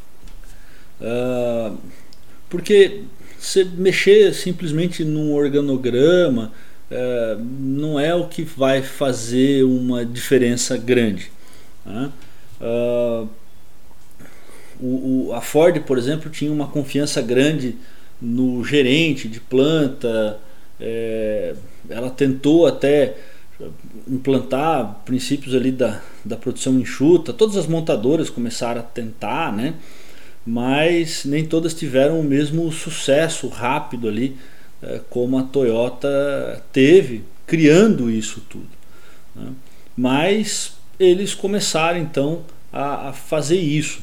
uh, porque você mexer simplesmente num organograma uh, não é o que vai fazer uma diferença grande, né? Uh, o, o, a Ford, por exemplo, tinha uma confiança grande no gerente de planta, É, ela tentou até implantar princípios ali da, da produção enxuta. Todas as montadoras começaram a tentar, né? Mas nem todas tiveram o mesmo sucesso rápido ali, é, como a Toyota teve, criando isso tudo, né? Mas eles começaram então a, a fazer isso.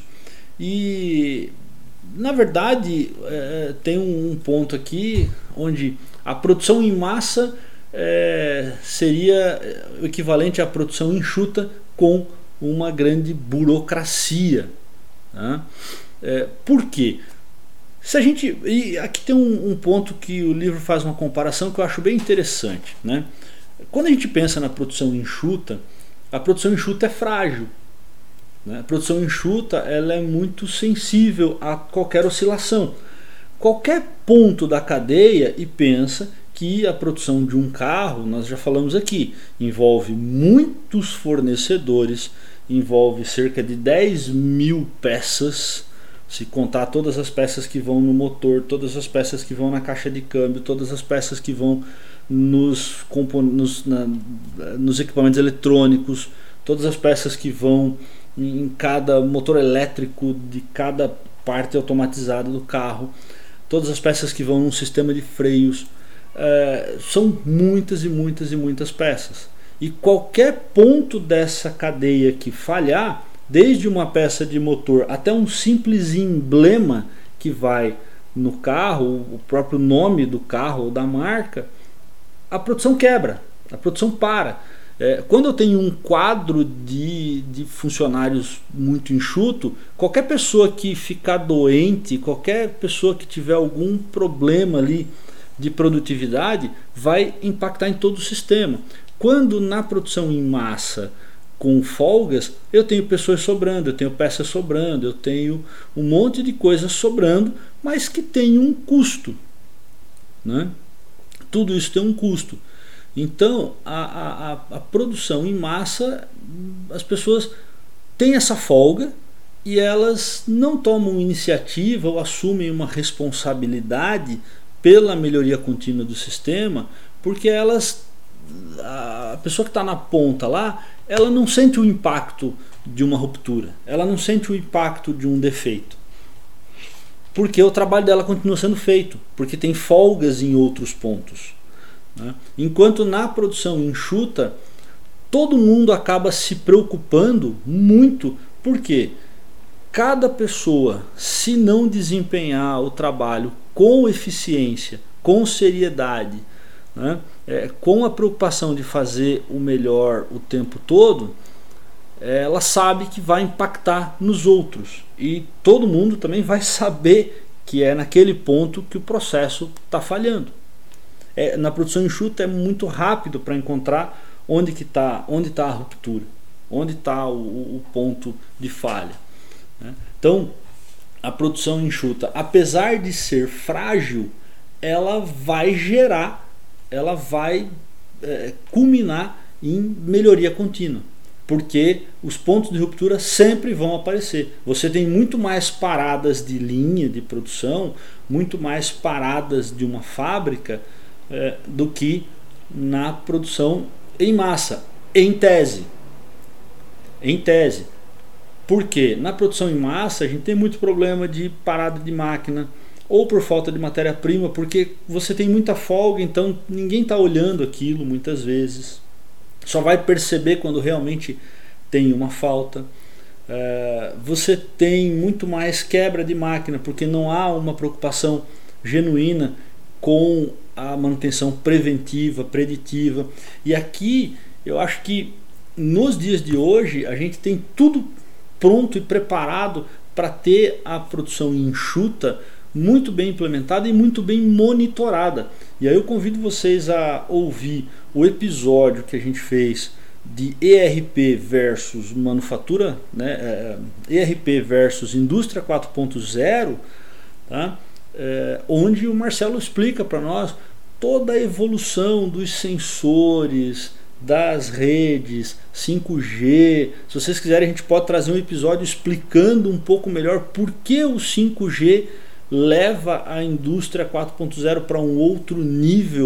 E na verdade é, tem um, um ponto aqui onde a produção em massa é, seria o equivalente à produção enxuta com uma grande burocracia, né? É, por quê? Se a gente, e aqui tem um, um ponto que o livro faz uma comparação que eu acho bem interessante, né? Quando a gente pensa na produção enxuta, a produção enxuta é frágil, né? A produção enxuta ela é muito sensível a qualquer oscilação. Qualquer ponto da cadeia, e pensa que a produção de um carro, nós já falamos aqui, envolve muitos fornecedores, envolve cerca de dez mil peças, se contar todas as peças que vão no motor, todas as peças que vão na caixa de câmbio, todas as peças que vão nos, nos, na, nos equipamentos eletrônicos, todas as peças que vão em cada motor elétrico de cada parte automatizada do carro, todas as peças que vão num sistema de freios, é, são muitas e muitas e muitas peças. E qualquer ponto dessa cadeia que falhar, desde uma peça de motor até um simples emblema que vai no carro, o próprio nome do carro ou da marca, a produção quebra, a produção para. É, quando eu tenho um quadro de, de funcionários muito enxuto, qualquer pessoa que ficar doente, qualquer pessoa que tiver algum problema ali de produtividade, vai impactar em todo o sistema. Quando na produção em massa, com folgas, eu tenho pessoas sobrando, eu tenho peças sobrando, eu tenho um monte de coisas sobrando, mas que tem um custo, né? Tudo isso tem um custo. Então a, a, a produção em massa, as pessoas têm essa folga e elas não tomam iniciativa ou assumem uma responsabilidade pela melhoria contínua do sistema, porque elas, a pessoa que está na ponta lá, ela não sente o impacto de uma ruptura, ela não sente o impacto de um defeito, porque o trabalho dela continua sendo feito, porque tem folgas em outros pontos, né? Enquanto na produção enxuta, todo mundo acaba se preocupando muito, porque cada pessoa, se não desempenhar o trabalho com eficiência, com seriedade, né, é, com a preocupação de fazer o melhor o tempo todo, ela sabe que vai impactar nos outros, e todo mundo também vai saber que é naquele ponto que o processo está falhando. É, na produção enxuta é muito rápido para encontrar onde que está, onde está a ruptura, onde está o, o ponto de falha, né? Então a produção enxuta, apesar de ser frágil, ela vai gerar, ela vai é, culminar em melhoria contínua, porque os pontos de ruptura sempre vão aparecer. Você tem muito mais paradas de linha de produção, muito mais paradas de uma fábrica é, do que na produção em massa, em tese. Em tese. Porque na produção em massa a gente tem muito problema de parada de máquina, ou por falta de matéria-prima, porque você tem muita folga, então ninguém está olhando aquilo muitas vezes. Só vai perceber quando realmente tem uma falta. É, você tem muito mais quebra de máquina, porque não há uma preocupação genuína com a manutenção preventiva, preditiva. E aqui eu acho que nos dias de hoje a gente tem tudo pronto e preparado para ter a produção enxuta muito bem implementada e muito bem monitorada. E aí eu convido vocês a ouvir o episódio que a gente fez de E R P versus manufatura, né? E R P versus indústria quatro ponto zero, tá? É, onde o Marcelo explica para nós toda a evolução dos sensores, das redes cinco G. Se vocês quiserem, a gente pode trazer um episódio explicando um pouco melhor por que o cinco G leva a indústria quatro ponto zero para um outro nível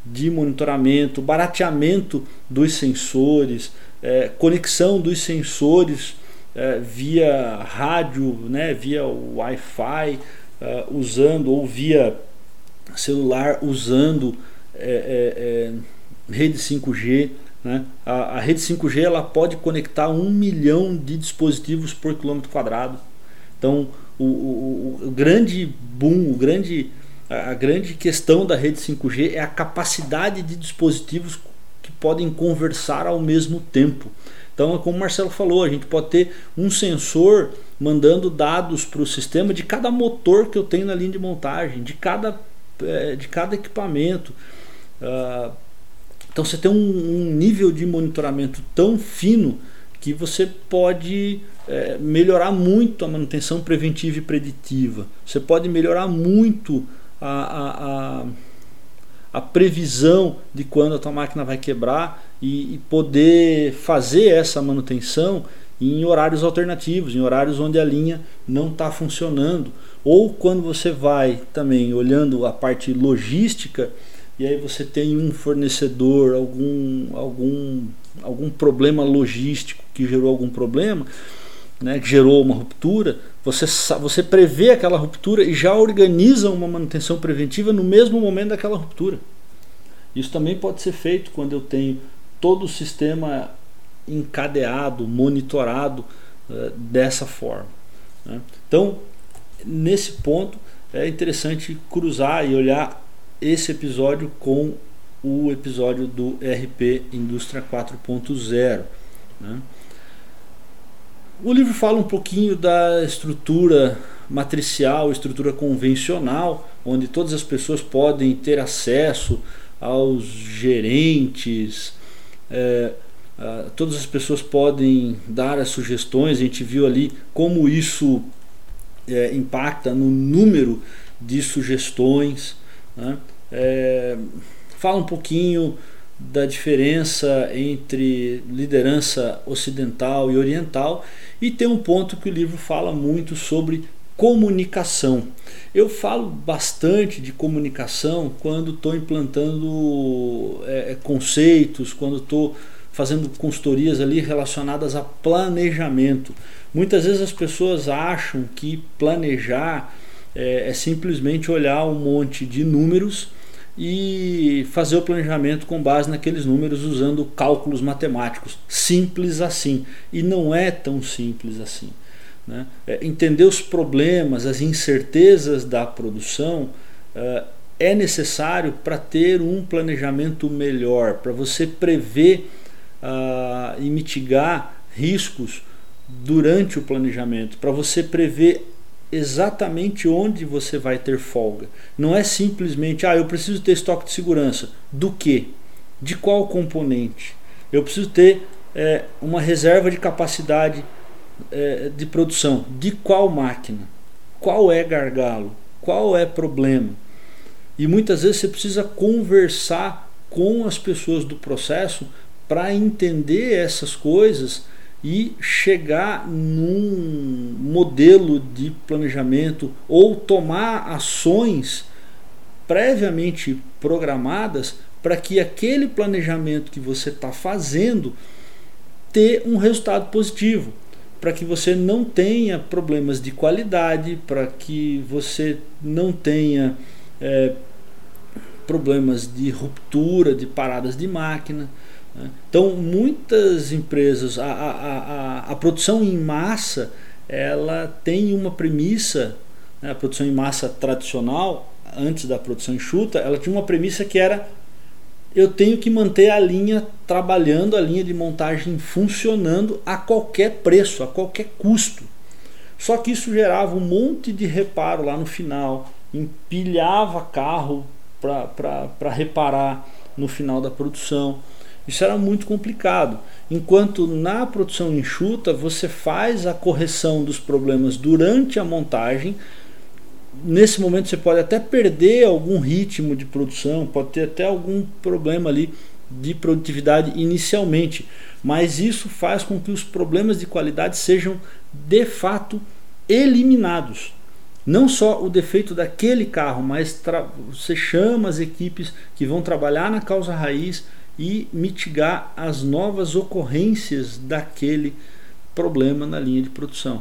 de monitoramento, barateamento dos sensores, é, conexão dos sensores é, via rádio, né, via Wi-Fi, é, usando, ou via celular usando é, é, rede cinco G. Né? A, a rede cinco G ela pode conectar um milhão de dispositivos por quilômetro quadrado. Então o, o, o grande boom, o grande, a grande questão da rede cinco G é a capacidade de dispositivos que podem conversar ao mesmo tempo. Então, como o Marcelo falou, a gente pode ter um sensor mandando dados para o sistema de cada motor que eu tenho na linha de montagem, de cada, de cada equipamento. Uh, Então você tem um, um nível de monitoramento tão fino que você pode é, melhorar muito a manutenção preventiva e preditiva. Você pode melhorar muito a, a, a, a previsão de quando a tua máquina vai quebrar e, e poder fazer essa manutenção em horários alternativos, em horários onde a linha não está funcionando. Ou quando você vai também olhando a parte logística, e aí você tem um fornecedor, algum, algum, algum problema logístico que gerou algum problema, né, que gerou uma ruptura, você, você prevê aquela ruptura e já organiza uma manutenção preventiva no mesmo momento daquela ruptura. Isso também pode ser feito quando eu tenho todo o sistema encadeado, monitorado uh, dessa forma. Né? Então, nesse ponto, é interessante cruzar e olhar esse episódio com o episódio do R P Indústria quatro ponto zero. Né? O livro fala um pouquinho da estrutura matricial, estrutura convencional, onde todas as pessoas podem ter acesso aos gerentes, é, a, todas as pessoas podem dar as sugestões. A gente viu ali como isso é, impacta no número de sugestões. Né? É, fala um pouquinho da diferença entre liderança ocidental e oriental, e tem um ponto que o livro fala muito sobre comunicação. Eu falo bastante de comunicação quando estou implantando é, conceitos, quando estou fazendo consultorias ali relacionadas a planejamento. Muitas vezes as pessoas acham que planejar é, é simplesmente olhar um monte de números e fazer o planejamento com base naqueles números usando cálculos matemáticos. Simples assim. E não é tão simples assim. Né? É, entender os problemas, as incertezas da produção uh, é necessário para ter um planejamento melhor, para você prever uh, e mitigar riscos durante o planejamento, para você prever exatamente onde você vai ter folga. Não é simplesmente, ah, eu preciso ter estoque de segurança. Do que? De qual componente? Eu preciso ter é, uma reserva de capacidade é, de produção. De qual máquina? Qual é gargalo? Qual é problema? E muitas vezes você precisa conversar com as pessoas do processo para entender essas coisas e chegar num modelo de planejamento ou tomar ações previamente programadas para que aquele planejamento que você está fazendo ter um resultado positivo, para que você não tenha problemas de qualidade, para que você não tenha é, problemas de ruptura, de paradas de máquina. Então muitas empresas, a, a, a, a produção em massa, ela tem uma premissa, né, a produção em massa tradicional, antes da produção enxuta, ela tinha uma premissa que era: eu tenho que manter a linha trabalhando, a linha de montagem funcionando a qualquer preço, a qualquer custo. Só que isso gerava um monte de reparo lá no final, empilhava carro para reparar no final da produção. Isso era muito complicado. Enquanto na produção enxuta você faz a correção dos problemas durante a montagem. Nesse momento você pode até perder algum ritmo de produção, pode ter até algum problema ali de produtividade inicialmente, mas isso faz com que os problemas de qualidade sejam de fato eliminados. Não só o defeito daquele carro, mas você chama as equipes que vão trabalhar na causa raiz e mitigar as novas ocorrências daquele problema na linha de produção.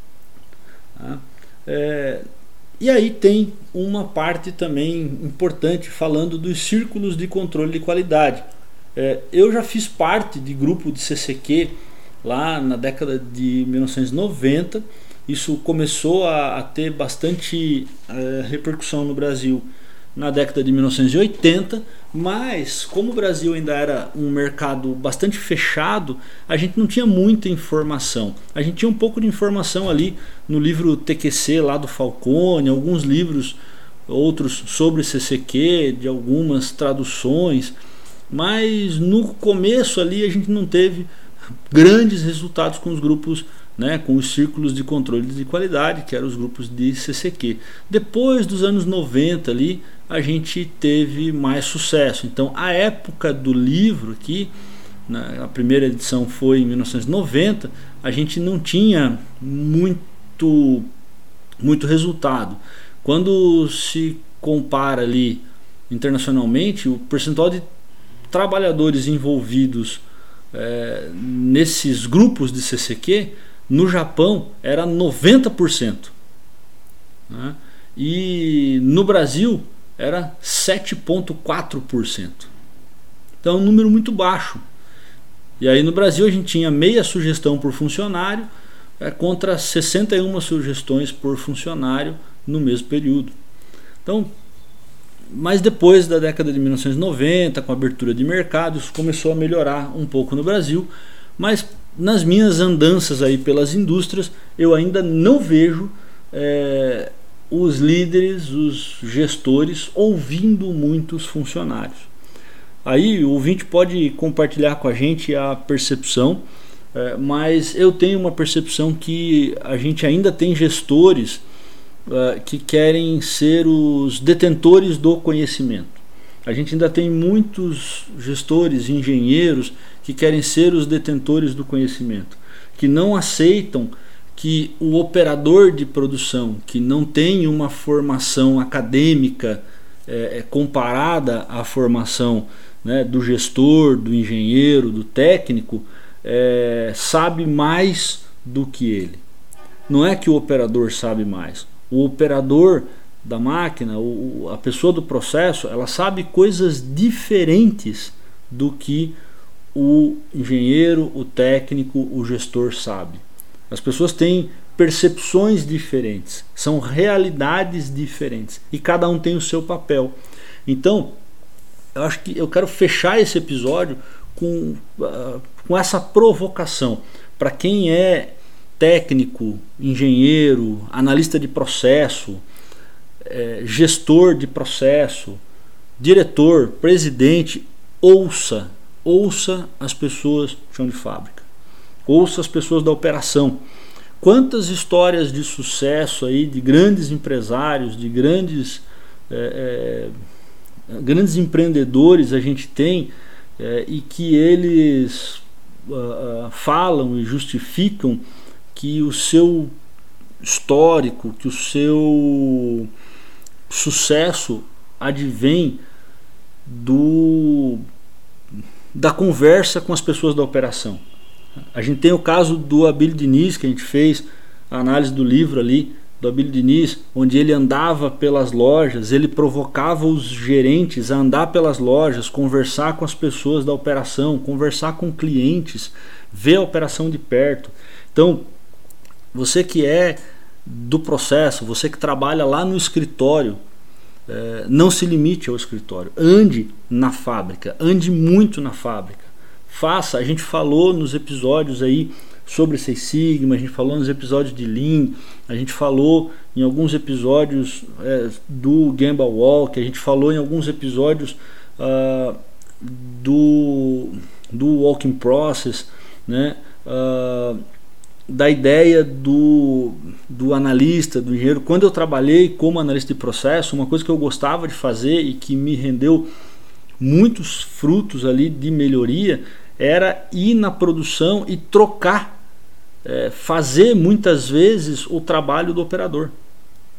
Tá? É, e aí tem uma parte também importante falando dos círculos de controle de qualidade. É, eu já fiz parte de grupo de C C Q lá na década de mil novecentos e noventa. Isso começou a, a ter bastante é, repercussão no Brasil na década de mil novecentos e oitenta, mas como o Brasil ainda era um mercado bastante fechado, a gente não tinha muita informação. A gente tinha um pouco de informação ali no livro T Q C lá do Falcone, alguns livros outros sobre C C Q, de algumas traduções, mas no começo ali a gente não teve grandes resultados com os grupos, né, com os círculos de controle de qualidade, que eram os grupos de C C Q. Depois dos anos noventa ali, a gente teve mais sucesso. Então a época do livro aqui, né, a primeira edição foi em mil novecentos e noventa, a gente não tinha muito, muito resultado. Quando se compara ali internacionalmente, o percentual de trabalhadores envolvidos é, nesses grupos de C C Q no Japão era noventa por cento, né? E no Brasil era sete vírgula quatro por cento. Então é um número muito baixo. E aí no Brasil a gente tinha meia sugestão por funcionário é, contra sessenta e uma sugestões por funcionário no mesmo período. Então, mas depois da década de mil novecentos e noventa, com a abertura de mercado, isso começou a melhorar um pouco no Brasil, mas nas minhas andanças aí pelas indústrias, eu ainda não vejo é, os líderes, os gestores ouvindo muitos funcionários. Aí o ouvinte pode compartilhar com a gente a percepção, é, mas eu tenho uma percepção que a gente ainda tem gestores é, que querem ser os detentores do conhecimento. A gente ainda tem muitos gestores, engenheiros que querem ser os detentores do conhecimento, que não aceitam que o operador de produção, que não tem uma formação acadêmica é, comparada à formação, né, do gestor, do engenheiro, do técnico, é, sabe mais do que ele. Não é que o operador sabe mais. O operador da máquina, o, a pessoa do processo, ela sabe coisas diferentes do que o engenheiro, o técnico, o gestor sabe. As pessoas têm percepções diferentes, são realidades diferentes e cada um tem o seu papel. Então, eu acho que eu quero fechar esse episódio com, uh, com essa provocação para quem é técnico, engenheiro, analista de processo, é, gestor de processo, diretor, presidente, ouça, ouça as pessoas de chão de fábrica, ouça as pessoas da operação. Quantas histórias de sucesso aí de grandes empresários, de grandes é, é, grandes empreendedores a gente tem é, e que eles uh, uh, falam e justificam que o seu histórico, que o seu sucesso advém do, da conversa com as pessoas da operação. A gente tem o caso do Abílio Diniz, que a gente fez a análise do livro ali, do Abílio Diniz, onde ele andava pelas lojas, ele provocava os gerentes a andar pelas lojas, conversar com as pessoas da operação, conversar com clientes, ver a operação de perto. Então, você que é do processo, você que trabalha lá no escritório, é, não se limite ao escritório, ande na fábrica, ande muito na fábrica. Faça, a gente falou nos episódios aí sobre Six Sigma, a gente falou nos episódios de Lean, a gente falou em alguns episódios é, do Gemba Walk, a gente falou em alguns episódios uh, do, do Walking Process, né? Uh, da ideia do, do analista, do engenheiro. Quando eu trabalhei como analista de processo, uma coisa que eu gostava de fazer e que me rendeu muitos frutos ali de melhoria era ir na produção e trocar, é, fazer muitas vezes o trabalho do operador.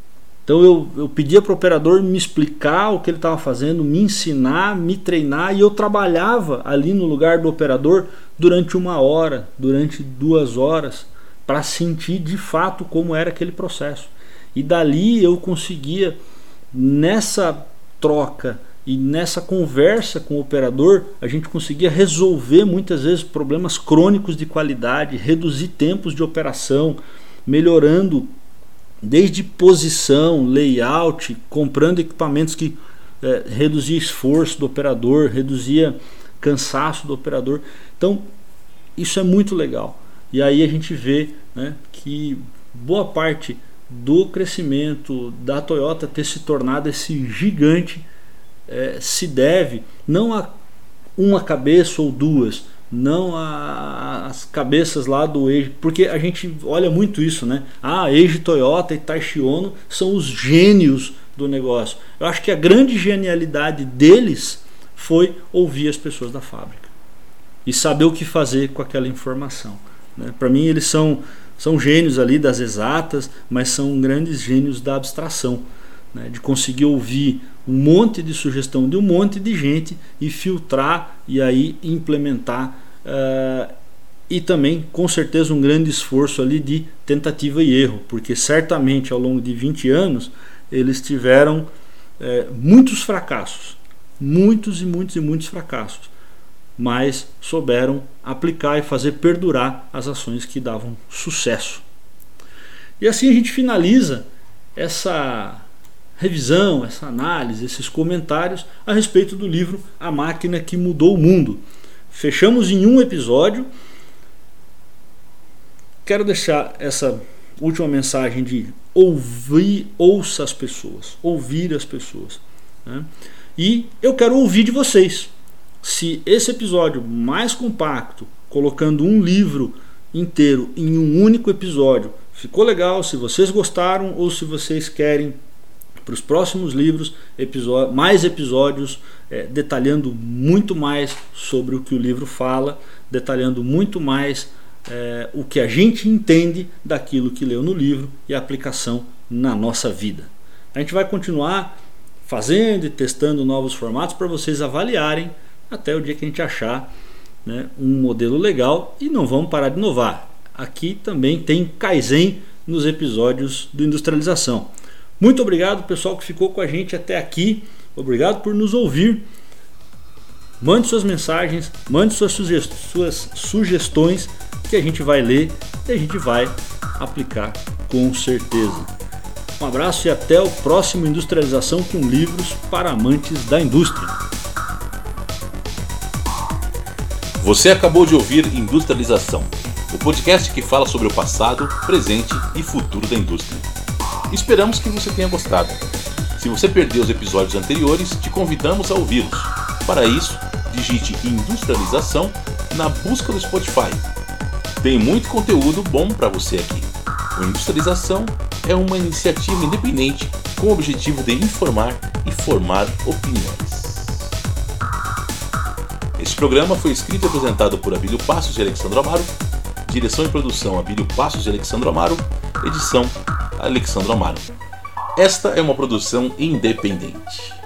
Então eu, eu pedia para o operador me explicar o que ele estava fazendo, me ensinar, me treinar, e eu trabalhava ali no lugar do operador durante uma hora, durante duas horas, para sentir de fato como era aquele processo. E dali eu conseguia, nessa troca e nessa conversa com o operador, a gente conseguia resolver muitas vezes problemas crônicos de qualidade, reduzir tempos de operação, melhorando desde posição, layout, comprando equipamentos que é, reduzia esforço do operador, reduzia cansaço do operador. Então isso é muito legal. E aí a gente vê, né, que boa parte do crescimento da Toyota ter se tornado esse gigante é, se deve não a uma cabeça ou duas, não a, as cabeças lá do Eiji, porque a gente olha muito isso, né? Ah, Eiji, Toyota e Taishi Ono são os gênios do negócio. Eu acho que a grande genialidade deles foi ouvir as pessoas da fábrica e saber o que fazer com aquela informação, né? Para mim eles são, são gênios ali das exatas, mas são grandes gênios da abstração, né? De conseguir ouvir um monte de sugestão de um monte de gente e filtrar e aí implementar, uh, e também com certeza um grande esforço ali de tentativa e erro, porque certamente ao longo de vinte anos eles tiveram uh, muitos fracassos, muitos e muitos e muitos fracassos, mas souberam aplicar e fazer perdurar as ações que davam sucesso. E assim a gente finaliza essa revisão, essa análise, esses comentários a respeito do livro A Máquina que Mudou o Mundo. Fechamos em um episódio. Quero deixar essa última mensagem de ouvir, ouça as pessoas, ouvir as pessoas, né? E eu quero ouvir de vocês. Se esse episódio mais compacto, colocando um livro inteiro em um único episódio, ficou legal, se vocês gostaram ou se vocês querem para os próximos livros episódio, mais episódios é, detalhando muito mais sobre o que o livro fala, detalhando muito mais é, o que a gente entende daquilo que leu no livro e a aplicação na nossa vida. A gente vai continuar fazendo e testando novos formatos para vocês avaliarem até o dia que a gente achar, né, um modelo legal, e não vamos parar de inovar. Aqui também tem Kaizen nos episódios do Industrialização. Muito obrigado, pessoal, que ficou com a gente até aqui. Obrigado por nos ouvir. Mande suas mensagens, mande suas, suge- suas sugestões, que a gente vai ler e a gente vai aplicar com certeza. Um abraço e até o próximo Industrialização com livros para amantes da indústria. Você acabou de ouvir Industrialização, o podcast que fala sobre o passado, presente e futuro da indústria. Esperamos que você tenha gostado. Se você perdeu os episódios anteriores, te convidamos a ouvi-los. Para isso, digite Industrialização na busca do Spotify. Tem muito conteúdo bom para você aqui. O Industrialização é uma iniciativa independente com o objetivo de informar e formar opiniões. Este programa foi escrito e apresentado por Abílio Passos e Alexandro Amaro. Direção e produção Abílio Passos e Alexandro Amaro. Edição Alexandro Amaro. Esta é uma produção independente.